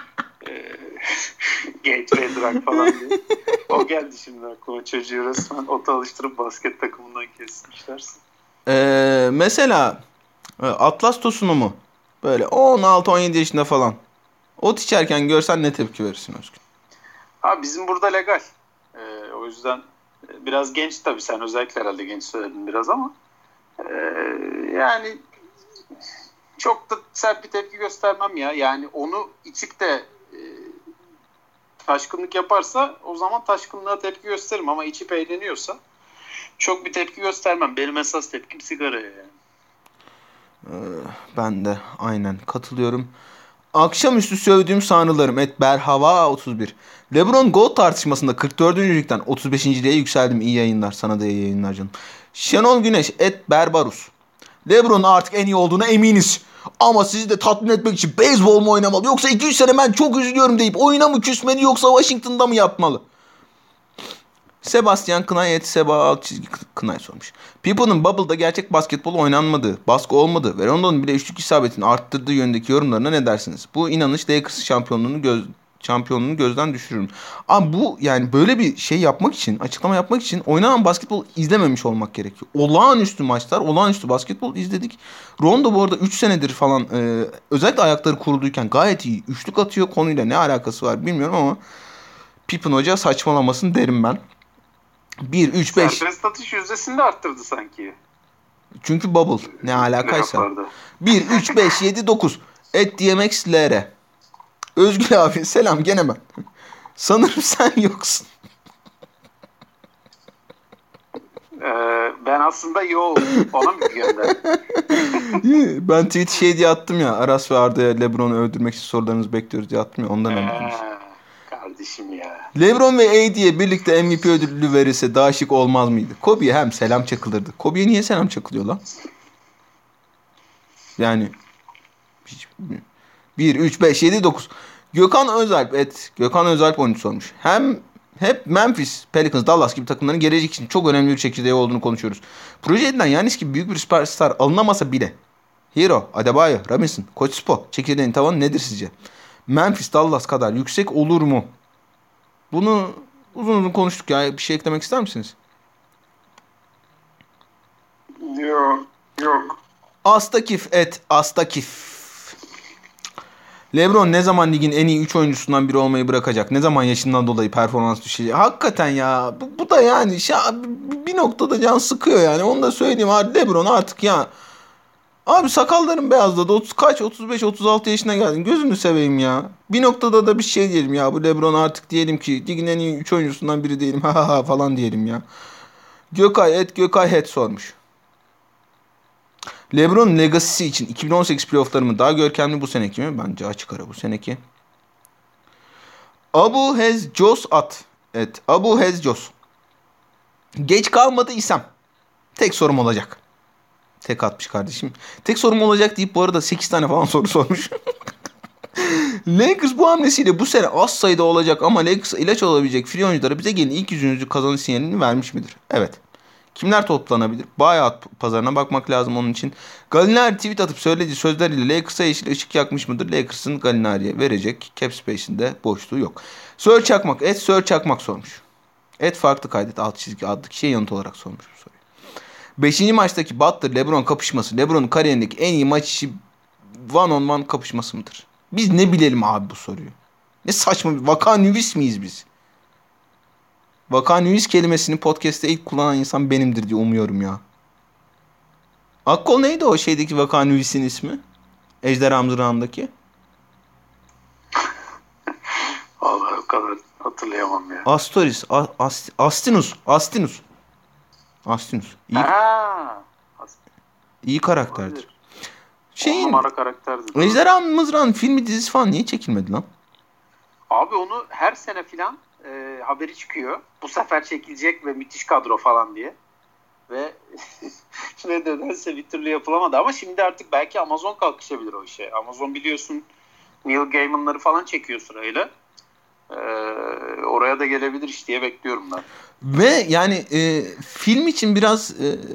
Gateway drug falan diye. O geldi şimdi aklıma. Çocuğu resmen ota alıştırıp basket takımından kesmişlerse. Mesela Atlas Tosun'u mu? Böyle 16-17 yaşında falan. Ot içerken görsen ne tepki verirsin Özgün? Abi bizim burada legal. O yüzden biraz genç tabii, sen özellikle herhalde genç söyledin biraz ama yani çok da sert bir tepki göstermem ya. Yani onu içip de taşkınlık yaparsa o zaman taşkınlığa tepki gösteririm ama içip eğleniyorsa çok bir tepki göstermem. Benim esas tepkim sigaraya yani. Ben de aynen katılıyorum. Akşamüstü sövdüğüm sanrılarım @berhava 31. LeBron GOAT tartışmasında 44. ligden 35.liğe yükseldim. İyi yayınlar. Sana da iyi yayınlar canım. Şenol Güneş @berbarus. LeBron'un artık en iyi olduğuna eminiz. Ama sizi de tatmin etmek için beyzbol mu oynamalı yoksa 2-3 sene ben çok üzülüyorum deyip oyuna mı küsmeli yoksa Washington'da mı yatmalı? Sebastian Kınay Kınay sormuş. Pippen'ın Bubble'da gerçek basketbol oynanmadığı, baskı olmadığı ve Rondo'nun bile üçlük isabetini arttırdığı yönündeki yorumlarına ne dersiniz? Bu inanış Lakers şampiyonluğunu gözden düşürürüm. Ama bu yani böyle bir şey yapmak için, açıklama yapmak için oynanan basketbol izlememiş olmak gerekiyor. Olağanüstü maçlar, olağanüstü basketbol izledik. Rondo bu arada 3 senedir falan özellikle ayakları kuruluyken gayet iyi üçlük atıyor. Konuyla ne alakası var bilmiyorum ama Pippen hoca saçmalamasın derim ben. 1, 3, 5. Serbest atış yüzdesini de arttırdı sanki. Çünkü bubble. Ne alakaysa. 1, 3, 5, 7, 9. @DMX LR. Özgür abi selam gene ben. Sanırım sen yoksun. Ben aslında ona mı gönderdim? Ben tweet diye attım ya. Aras ve Arda'ya LeBron'u öldürmek için sorularınızı bekliyoruz diye attım ya. Ondan öldürmüş. Kardeşim ya. LeBron ve AD'ye birlikte MVP ödülü verirse daha şık olmaz mıydı? Kobe'ye hem selam çakılırdı. Kobe'ye niye selam çakılıyor lan? Yani 1, 3, 5, 7, 9. Gökhan Özalp 13 sormuş. Hep Memphis, Pelicans, Dallas gibi takımların gelecek için çok önemli bir çekirdeği olduğunu konuşuyoruz. Proje edilen Giannis gibi büyük bir süperstar alınamasa bile Hero, Adebayo, Robinson, Koç Spo çekirdeğin tavanı nedir sizce? Memphis, Dallas kadar yüksek olur mu? Bunu uzun konuştuk ya. Bir şey eklemek ister misiniz? Yok. Astakif. LeBron ne zaman ligin en iyi 3 oyuncusundan biri olmayı bırakacak? Ne zaman yaşından dolayı performans düşecek? Hakikaten ya. Bu da yani bir noktada can sıkıyor yani. Onu da söyleyeyim. Abi LeBron artık ya. Abi sakalların beyazladı. 35-36 yaşına geldin. Gözünü seveyim ya. Bir noktada da bir şey diyelim ya. Bu LeBron artık diyelim ki ligin en iyi 3 oyuncusundan biri diyelim. Ha falan diyelim ya. Gökay sormuş. LeBron legacy'si için 2018 playoff'ları mı daha görkemli bu seneki mi? Bence açık ara bu seneki. Abu Hez Jos at. Evet. Abu Hez Jos. Geç kalmadıysam tek sorum olacak. Tek atmış kardeşim. Tek sorum olacak deyip bu arada 8 tane falan soru sormuş. Lakers bu hamlesiyle bu sene az sayıda olacak ama Lakers'a ilaç olabilecek free oyunculara bize gelin ilk yüzünüzü kazanış sinyalini vermiş midir? Evet. Kimler toplanabilir? Buyout pazarına bakmak lazım onun için. Gallinari tweet atıp söylediği sözleriyle Lakers'a yeşil ışık yakmış mıdır? Lakers'ın Gallinari'ye verecek cap space'inde boşluğu yok. Sör Çakmak, Sör Çakmak sormuş. Farklı kaydet alt çizgi adlı kişiye yanıt olarak sormuş bu soruyu. 5. maçtaki Butler LeBron kapışması LeBron'un kariyerindeki en iyi maç içi one on one kapışması mıdır? Biz ne bilelim abi bu soruyu? Ne saçma bir vaka nüvis miyiz biz? Vaka nüvis kelimesini podcast'te ilk kullanan insan benimdir diye umuyorum ya. Akkol neydi o şeydeki vaka nüvisin ismi? Ejderha Mızrağı'ndaki. Vallahi o kadar hatırlayamam ya. Astoris. Astinus. İyi karakterdir. Numara karakterdir. Ejderha Mızrağı'nın filmi dizisi falan niye çekilmedi lan? Abi onu her sene filan haberi çıkıyor. Bu sefer çekilecek ve müthiş kadro falan diye. Ve nedense bir türlü yapılamadı. Ama şimdi artık belki Amazon kalkışabilir o işe. Amazon biliyorsun Neil Gaiman'ları falan çekiyor sırayla. Oraya da gelebilir iş diye bekliyorum ben. Ve yani film için biraz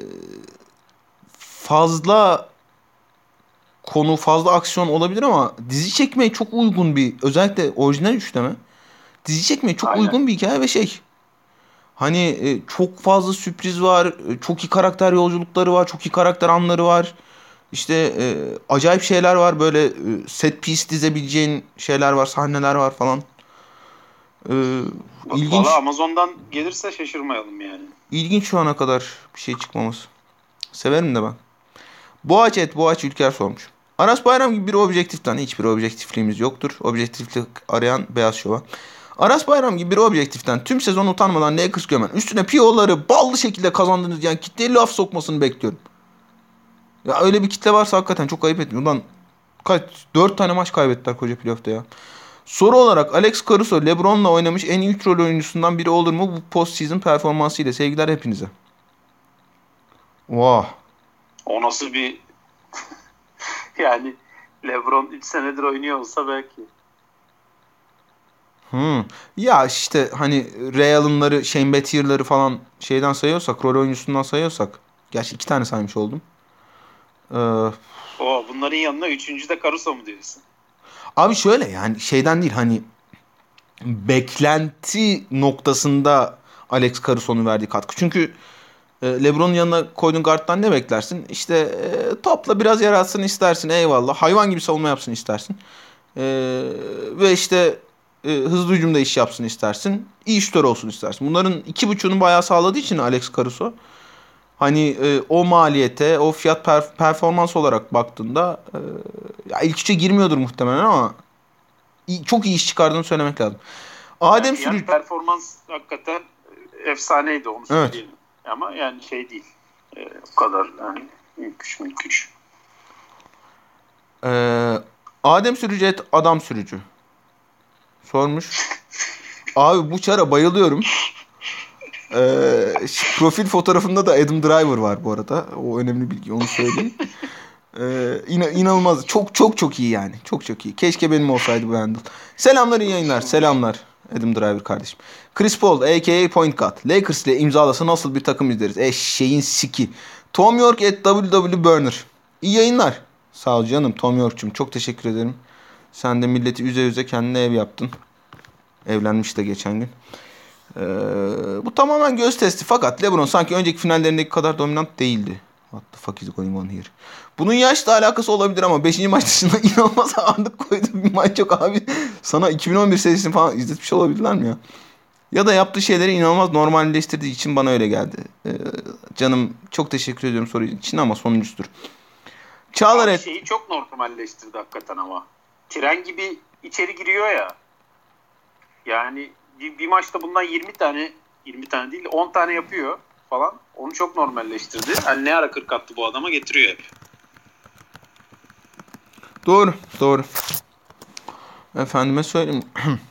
fazla konu, fazla aksiyon olabilir ama dizi çekmeye çok uygun bir, özellikle orijinal üçleme. Dizi çekmeye çok uygun bir hikaye ve hani çok fazla sürpriz var, çok iyi karakter yolculukları var, çok iyi karakter anları var. İşte acayip şeyler var, böyle set piece dizebileceğin şeyler var, sahneler var falan. İlginç. Valla Amazon'dan gelirse şaşırmayalım yani. İlginç şu ana kadar bir şey çıkmaması. Severim de ben. Boğaç Ülker sormuş. Aras Bayram gibi bir objektiften, hiçbir objektifliğimiz yoktur. Objektiflik arayan Beyaz Şova. Aras Bayram gibi bir objektiften tüm sezon utanmadan Lakers gömen, üstüne PO'ları ballı şekilde kazandınız diyen kitleye laf sokmasını bekliyorum. Ya öyle bir kitle varsa hakikaten çok ayıp etmiyor. Ulan 4 tane maç kaybettiler koca playoff'ta ya. Soru olarak Alex Caruso LeBron'la oynamış en iyi 3 rol oyuncusundan biri olur mu bu post-season performansıyla? Sevgiler hepinize. Vah. O nasıl bir yani LeBron 3 senedir oynuyor olsa belki. Ya işte hani Ray Allen'ları, Shane Battier'ları falan şeyden sayıyorsak, rol oyuncusundan sayıyorsak. Gerçi 2 tane saymış oldum. Bunların yanına 3. de Caruso mu diyorsun? Abi şöyle yani şeyden değil hani beklenti noktasında Alex Caruso'nun verdiği katkı. Çünkü LeBron'un yanına koyduğun guard'dan ne beklersin? İşte topla biraz yaratsın istersin, eyvallah. Hayvan gibi savunma yapsın istersin. Ve işte hızlı hücumda iş yapsın istersin. İyi şutör olsun istersin. Bunların 2.5'unu bayağı sağladığı için Alex Caruso. Hani o maliyete, o fiyat performans olarak baktığında ya ilk üçe girmiyordur muhtemelen ama çok iyi iş çıkardığını söylemek lazım. Adem Sürücü performans hakikaten efsaneydi, onu söyleyelim. Evet. Ama yani şey değil. O kadar yani mülküç. Adem Sürücü adam sürücü sormuş. Abi bu çara bayılıyorum. Profil fotoğrafında da Adam Driver var bu arada. O önemli bilgi, onu söyleyeyim. İnanılmaz. Çok iyi yani. Çok iyi. Keşke benim olsaydı bu handle. Selamlar, iyi yayınlar. Selamlar Adam Driver kardeşim. Chris Paul a.k.a. Point Guard. Lakers ile imzalasa nasıl bir takım izleriz? Eşeğin siki. Tom York at WW Burner. İyi yayınlar. Sağ ol canım Tom York'cum. Çok teşekkür ederim. Sen de milleti üze kendine ev yaptın. Evlenmiş de geçen gün. Bu tamamen göz testi. Fakat LeBron sanki önceki finallerindeki kadar dominant değildi. What the fuck is going on here? Bunun yaşla alakası olabilir ama 5. maç dışında inanılmaz ağırlık koyduğu bir maç yok abi. Sana 2011 serisini falan izletmiş olabilirler mi ya? Ya da yaptığı şeyleri inanılmaz normalleştirdiği için bana öyle geldi. Canım çok teşekkür ediyorum soru için ama sonuncusudur. Çağlar şeyi çok normalleştirdi hakikaten ama. Tren gibi içeri giriyor ya. Yani bir maçta bundan 20 tane değil 10 tane yapıyor falan. Onu çok normalleştirdi. Hani ne ara 40 attı bu adama getiriyor hep. Doğru. Efendime söyleyeyim.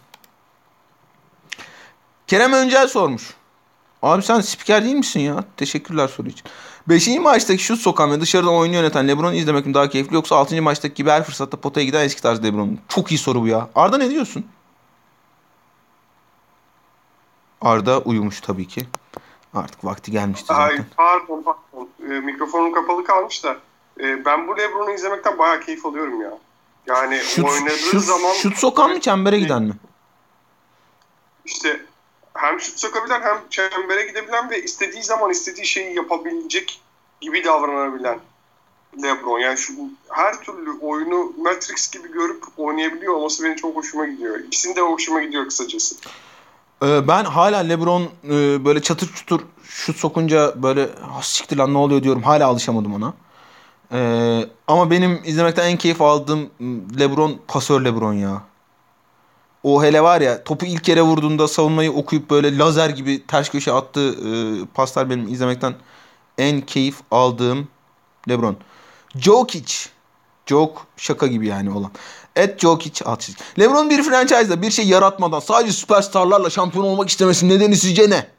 Kerem Öncel sormuş. Abi sen spiker değil misin ya? Teşekkürler soru için. 5. maçtaki şut sokan ve dışarıdan oyunu yöneten LeBron'u izlemek mi daha keyifli yoksa 6. maçtaki gibi her fırsatta potaya giden eski tarz LeBron? Çok iyi soru bu ya. Arda ne diyorsun? Arda uyumuş tabii ki. Artık vakti gelmişti Ay, zaten. pardon. Mikrofonum kapalı kalmış da. Ben bu LeBron'u izlemekten bayağı keyif alıyorum ya. Yani oynadığı zaman... Şut sokan mı, çembere giden mi? İşte hem şut sokabilen hem çembere gidebilen ve istediği zaman istediği şeyi yapabilecek gibi davranabilen LeBron. Yani her türlü oyunu Matrix gibi görüp oynayabiliyor olması benim çok hoşuma gidiyor. İkisinin de hoşuma gidiyor kısacası. Ben hala LeBron böyle çatır çutur şut sokunca böyle siktir lan ne oluyor diyorum. Hala alışamadım ona. Ama benim izlemekten en keyif aldığım LeBron, pasör LeBron ya. O hele var ya, topu ilk kere vurduğunda savunmayı okuyup böyle lazer gibi ters köşe attığı paslar benim izlemekten en keyif aldığım LeBron. Jokic. Joke şaka gibi yani olan. Jokic alt çizgi. LeBron bir franchise'da bir şey yaratmadan sadece süperstarlarla şampiyon olmak istemesinin nedeni sizce ne?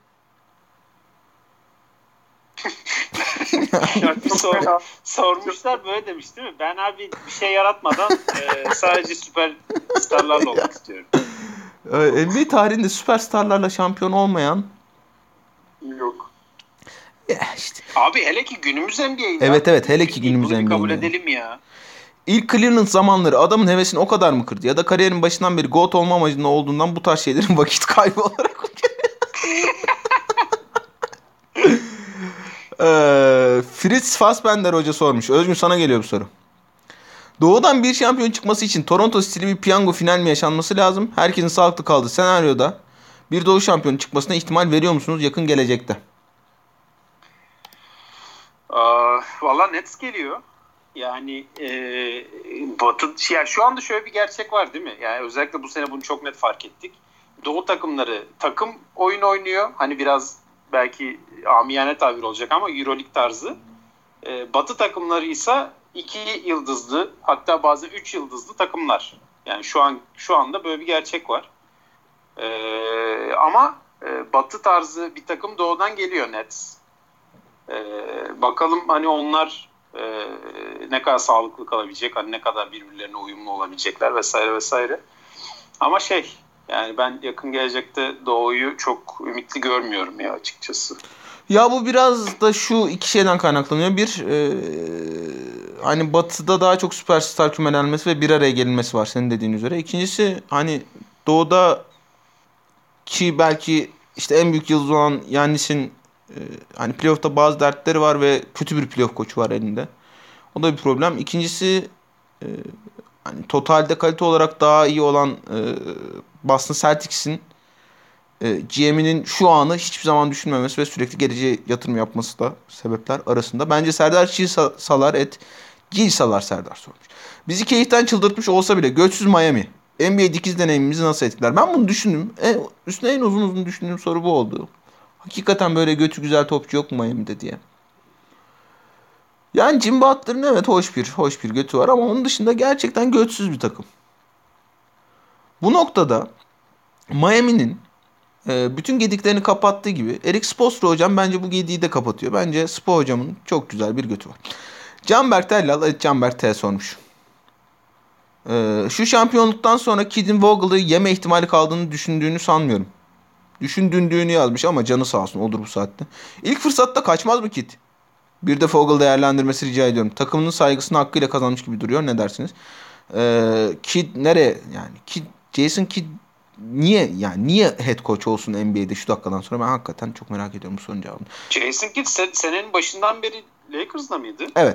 Sormuşlar, böyle demiş değil mi? Ben abi bir şey yaratmadan sadece süperstarlarla olmak istiyorum. NBA tarihinde süperstarlarla şampiyon olmayan Yok. işte. Abi hele ki günümüz NBA'inde. Evet hele ki günümüz NBA'inde. Bunu kabul NBA'inde. edelim ya. İlk Cleveland zamanları adamın hevesini o kadar mı kırdı? Ya da kariyerin başından beri GOAT olma amacında olduğundan bu tarz şeylerin vakit kaybı olarak Fritz Fassbender hoca sormuş. Özgün, sana geliyor bu soru. Doğudan bir şampiyon çıkması için Toronto stili bir piyango final mi yaşanması lazım? Herkesin sağlıklı kaldığı senaryoda bir doğu şampiyonu çıkmasına ihtimal veriyor musunuz yakın gelecekte? Valla Nets geliyor. Yani Batı, yani şu anda şöyle bir gerçek var değil mi? Yani özellikle bu sene bunu çok net fark ettik. Doğu takımları takım oyun oynuyor. Hani biraz belki amiyane tabir olacak ama EuroLeague tarzı. Batı takımları ise 2 yıldızlı, hatta bazen 3 yıldızlı takımlar. Yani şu anda böyle bir gerçek var. Ama Batı tarzı bir takım doğudan geliyor Nets. Bakalım hani onlar ne kadar sağlıklı kalabilecek, hani ne kadar birbirlerine uyumlu olabilecekler vesaire vesaire. Ama yani ben yakın gelecekte Doğu'yu çok ümitli görmüyorum ya açıkçası. Ya bu biraz da şu iki şeyden kaynaklanıyor. Bir, hani Batı'da daha çok süperstar kümelenmesi ve bir araya gelinmesi var senin dediğin üzere. İkincisi, hani Doğu'da ki belki işte en büyük yıldız olan Yannis'in hani playoff'ta bazı dertleri var ve kötü bir playoff koçu var elinde. O da bir problem. İkincisi, e, hani totalde kalite olarak daha iyi olan Boston Celtics'in GM'inin şu anı hiçbir zaman düşünmemesi ve sürekli geleceğe yatırım yapması da sebepler arasında. Bence Serdar Çiğsalar Gilsalar Serdar sormuş. Bizi keyiften çıldırtmış olsa bile göçsüz Miami NBA dikiz deneyimimizi nasıl etkiler? Ben bunu düşündüm. Üstüne en uzun düşündüğüm soru bu oldu. Hakikaten böyle götü güzel topçu yok mu Miami'de diye. Yani Jimmy Butler'ın evet hoş bir götü var ama onun dışında gerçekten götsüz bir takım. Bu noktada Miami'nin bütün gediklerini kapattığı gibi Erik Spoelstra hocam bence bu gediği de kapatıyor. Bence Spo hocamın çok güzel bir götü var. Canberk Tellal, Canberk T sormuş. Şu şampiyonluktan sonra Kidd'in Vogel'ı yeme ihtimali kaldığını düşündüğünü sanmıyorum. Düşündüğünü yazmış ama canı sağ olsun, olur bu saatte. İlk fırsatta kaçmaz mı Kidd? Bir de Vogel değerlendirmesi rica ediyorum. Takımının saygısını hakkıyla kazanmış gibi duruyor. Ne dersiniz? Kidd nereye yani? Jason Kidd niye head coach olsun NBA'de şu dakikadan sonra? Ben hakikaten çok merak ediyorum bu sorunun cevabını. Jason Kidd senenin başından beri Lakers'da mıydı? Evet.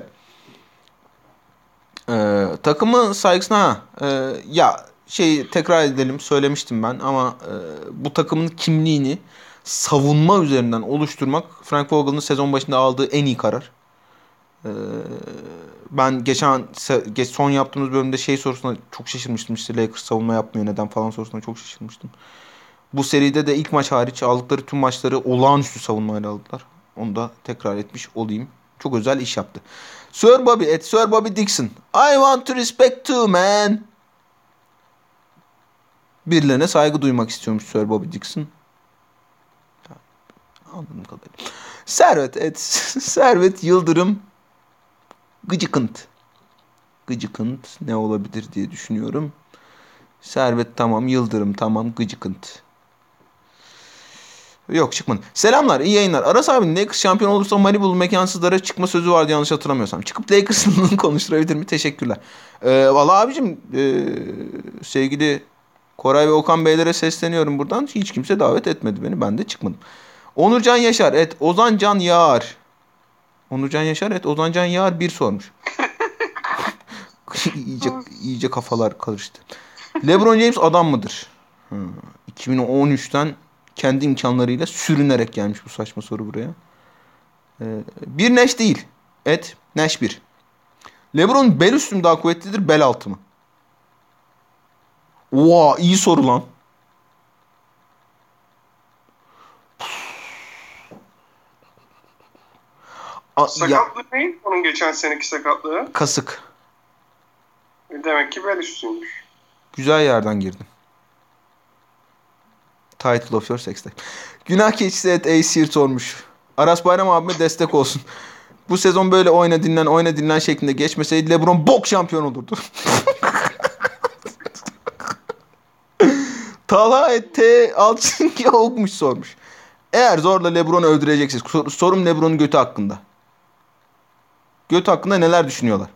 Takımın saygısına tekrar edelim, söylemiştim ben ama bu takımın kimliğini savunma üzerinden oluşturmak Frank Vogel'ın sezon başında aldığı en iyi karar. Ben son yaptığımız bölümde sorusuna çok şaşırmıştım, işte Lakers savunma yapmıyor neden falan sorusuna çok şaşırmıştım. Bu seride de ilk maç hariç aldıkları tüm maçları olağanüstü savunmayla aldılar. Onu da tekrar etmiş olayım. Çok özel iş yaptı. Sir Bobby Dixon. I want to respect too man. Birilerine saygı duymak istiyormuş Sir Bobby Dixon. Anladığım kadarıyla. Servet Yıldırım Gıcıkınt. Gıcıkınt ne olabilir diye düşünüyorum. Servet tamam, Yıldırım tamam, Gıcıkınt. Yok çıkmadı. Selamlar, iyi yayınlar. Aras abi Lakers şampiyon olursa Malibu mekansızlara çıkma sözü vardı yanlış hatırlamıyorsam. Çıkıp Lakers'ın konuşturabilir mi? Teşekkürler. Vallahi abicim sevgili Koray ve Okan Beylere sesleniyorum buradan. Hiç kimse davet etmedi beni. Ben de çıkmadım. Onurcan Yaşar et Ozancan Yağar. Onurcan Yaşar et Ozancan Yağar bir sormuş. iyice kafalar karıştı. LeBron James adam mıdır? 2013'ten kendi imkanlarıyla sürünerek gelmiş bu saçma soru buraya. Bir Nash değil. Nash 1. LeBron bel üstü mü daha kuvvetlidir, bel altı mı? Oha, iyi soru lan. Sakatlığı değil onun geçen seneki sakatlığı. Kasık. Demek ki bel üstüymüş. Güzel yerden girdin. Title of your sex life. Günah keçisi Aesir sormuş. Aras Bayram abime destek olsun. Bu sezon böyle oyna dinlen şeklinde geçmeseydi LeBron bok şampiyon olurdu. Talha T. Alçınki okumuş sormuş. Eğer zorla LeBron'u öldüreceksiniz. Sorum LeBron'un götü hakkında. Götü hakkında neler düşünüyorlar?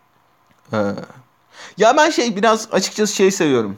Ya ben biraz açıkçası seviyorum.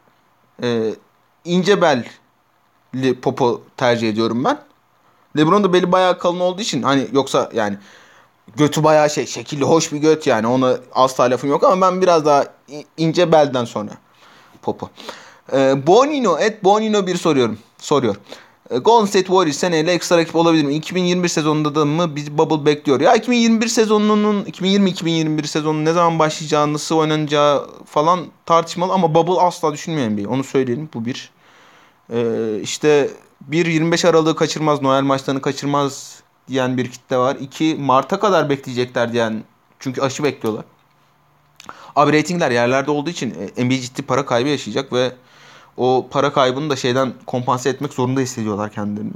İnce belli popo tercih ediyorum ben. LeBron da beli bayağı kalın olduğu için hani yoksa yani götü bayağı şekilli hoş bir göt yani ona asla lafım yok ama ben biraz daha ince belden sonra popo. Bonino bir soruyor. Golden State Warriors seneyle ekstra rakip olabilir mi? 2021 sezonunda da mı bizi bubble bekliyor? Ya 2020-2021 sezonunun ne zaman başlayacağını, nasıl oynanacağı falan tartışmalı ama bubble asla düşünmeyen bir. Onu söyleyelim. Bu bir. İşte 25 Aralık'ı kaçırmaz, Noel maçlarını kaçırmaz diyen bir kitle var. 2 Mart'a kadar bekleyecekler diyen, çünkü aşı bekliyorlar. Abi reytingler yerlerde olduğu için NBA ciddi para kaybı yaşayacak ve o para kaybını da kompanse etmek zorunda hissediyorlar kendilerini.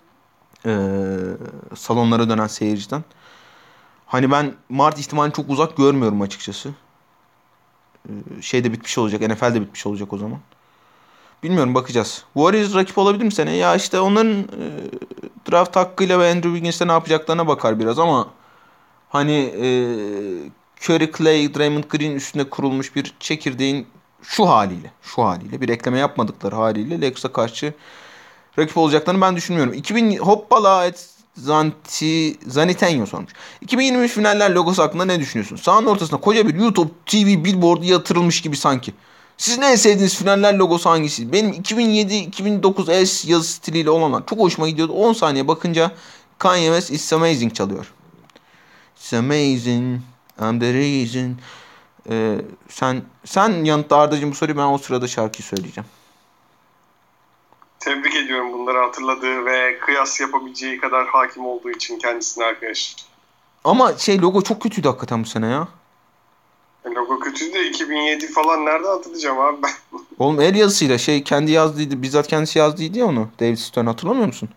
Salonlara dönen seyirciden. Hani ben Mart ihtimalini çok uzak görmüyorum açıkçası. De bitmiş olacak. NFL'de bitmiş olacak o zaman. Bilmiyorum, bakacağız. Warriors rakip olabilir mi sene? Ya işte onların draft hakkıyla ve Andrew Wiggins'te ne yapacaklarına bakar biraz ama hani Curry, Clay, Draymond Green üstüne kurulmuş bir çekirdeğin şu haliyle bir ekleme yapmadıkları haliyle Lakers'a karşı rakip olacaklarını ben düşünmüyorum. 2000 hoppala Zanitenyo sormuş. 2023 finaller logosu hakkında ne düşünüyorsun? Sahanın ortasına koca bir YouTube TV billboardu yatırılmış gibi sanki. Sizin en sevdiğiniz finaller logosu hangisi? Benim 2007-2009 S yazı stiliyle olanlar çok hoşuma gidiyordu. 10 saniye bakınca Kanye West It's Amazing çalıyor. It's amazing, I'm the reason. Sen yanıtla Arda'cığım bu soruyu, ben o sırada şarkıyı söyleyeceğim. Tebrik ediyorum bunları hatırladığı ve kıyas yapabileceği kadar hakim olduğu için kendisine arkadaş. Ama logo çok kötüydü hakikaten bu sene ya. Logo kötüydü de 2007 falan nereden hatırlayacağım abi ben? Oğlum el yazısıyla kendi yazdıydı. Bizzat kendisi yazdıydı ya onu. David Stern, hatırlamıyor musun?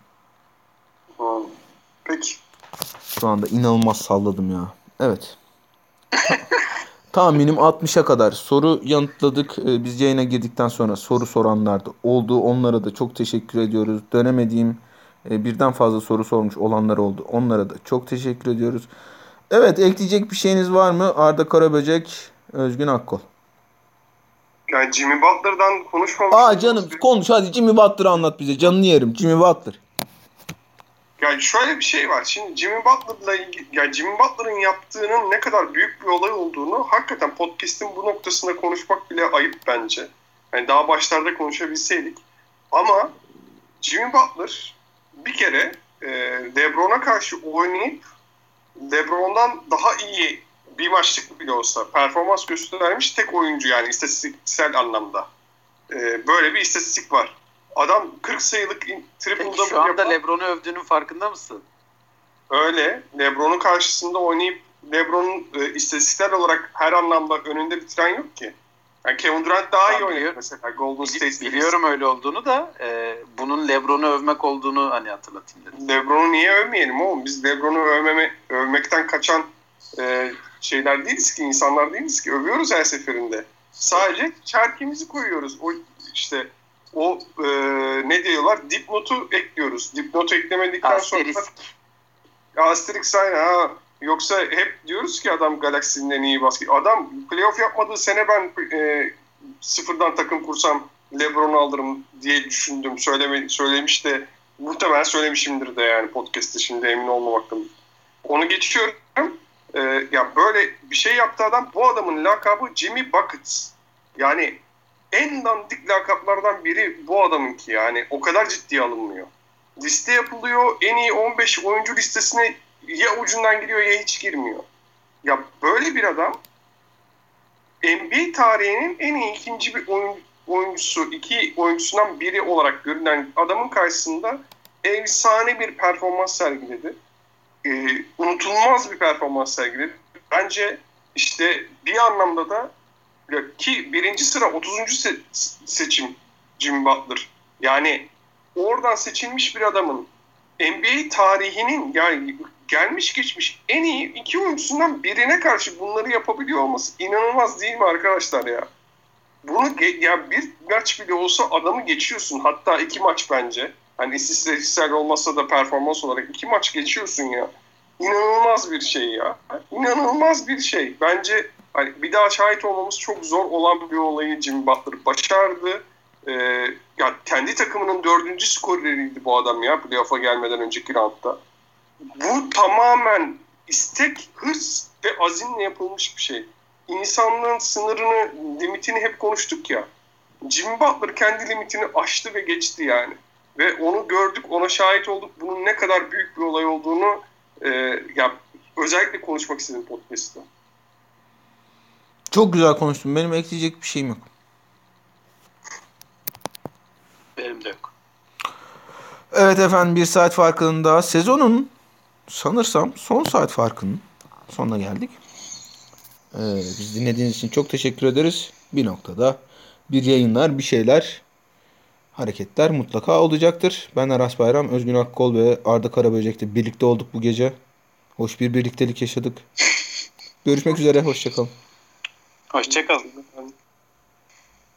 Peki. Şu anda inanılmaz salladım ya. Evet. Tahminim 60'a kadar soru yanıtladık. Biz yayına girdikten sonra soru soranlar da oldu. Onlara da çok teşekkür ediyoruz. Dönemediğim birden fazla soru sormuş olanlar oldu. Onlara da çok teşekkür ediyoruz. Evet, ekleyecek bir şeyiniz var mı? Arda Karaböcek, Özgün Akkol. Yani Jimmy Butler'dan konuşmamışız. Canım konuş hadi, Jimmy Butler'ı anlat bize. Canını yerim. Jimmy Butler. Yani şöyle bir şey var. Şimdi Jimmy Butler'ın yaptığının ne kadar büyük bir olay olduğunu hakikaten podcast'in bu noktasında konuşmak bile ayıp bence. Yani daha başlarda konuşabilseydik. Ama Jimmy Butler bir kere LeBron'a karşı oynayıp LeBron'dan daha iyi bir maçlık bile olsa performans göstermiş tek oyuncu, yani istatistiksel anlamda. Böyle bir istatistik var. Adam 40 sayılık triple-double şu anda LeBron'u övdüğünün farkında mısın? Öyle. LeBron'un karşısında oynayıp LeBron'un istatistiksel olarak her anlamda önünde bitiren yok ki. Yani Kevin Durant daha iyi oynuyor mesela Golden State. Biliyorum öyle olduğunu da bunun LeBron'u övmek olduğunu hani hatırlatayım dedim. LeBron'u niye övmeyelim oğlum? Biz LeBron'u övmekten kaçan şeyler değiliz ki, insanlar değiliz ki. Övüyoruz her seferinde. Sadece çerkimizi koyuyoruz. O işte o ne diyorlar? Dipnotu ekliyoruz. Dipnotu eklemedikten sonra Asterix aynen. Yoksa hep diyoruz ki adam Galaxy'nin en iyi basket. Adam playoff yapmadığı sene ben sıfırdan takım kursam LeBron'u alırım diye düşündüm. Söylemiş de muhtemelen söylemişimdir de yani podcast'te, şimdi emin olmamaktan. Onu geçiyorum. Ya böyle bir şey yaptı adam. Bu adamın lakabı Jimmy Buckets. Yani en dandik lakaplardan biri bu adamınki. Yani o kadar ciddiye alınmıyor. Liste yapılıyor. En iyi 15 oyuncu listesine ya ucundan giriyor ya hiç girmiyor. Ya böyle bir adam NBA tarihinin en iyi ikinci bir oyuncusu, iki oyuncusundan biri olarak görünen adamın karşısında efsane bir performans sergiledi. Unutulmaz bir performans sergiledi. Bence işte bir anlamda da ki birinci sıra 30. seçim Jimmy Butler. Yani oradan seçilmiş bir adamın NBA tarihinin yani gelmiş geçmiş en iyi iki oyuncusundan birine karşı bunları yapabiliyor olması inanılmaz değil mi arkadaşlar ya? Bunu ya bir maç bile olsa adamı geçiyorsun. Hatta iki maç bence. Hani istatistiksel olmasa da performans olarak iki maç geçiyorsun ya. İnanılmaz bir şey ya. İnanılmaz bir şey. Bence hani bir daha şahit olmamız çok zor olan bir olayı Jimmy Butler başardı. Ya kendi takımının 4. skoreriydi bu adam ya playoff'a gelmeden önceki roundda. Bu tamamen istek, hırs ve azimle yapılmış bir şey. İnsanlığın sınırını, limitini hep konuştuk ya. Jimmy Butler kendi limitini aştı ve geçti yani. Ve onu gördük, ona şahit olduk. Bunun ne kadar büyük bir olay olduğunu ya özellikle konuşmak istedim podcast'ta. Çok güzel konuştun. Benim ekleyecek bir şeyim yok. Benim de yok. Evet efendim, bir saat farkında sezonun sanırsam son saat farkının sonuna geldik. Biz dinlediğiniz için çok teşekkür ederiz. Bir noktada bir yayınlar, bir şeyler, hareketler mutlaka olacaktır. Ben Aras Bayram, Özgün Akkol ve Arda Karaböcek'te birlikte olduk bu gece. Hoş bir birliktelik yaşadık. Görüşmek üzere, hoşçakalın. Hoşçakalın.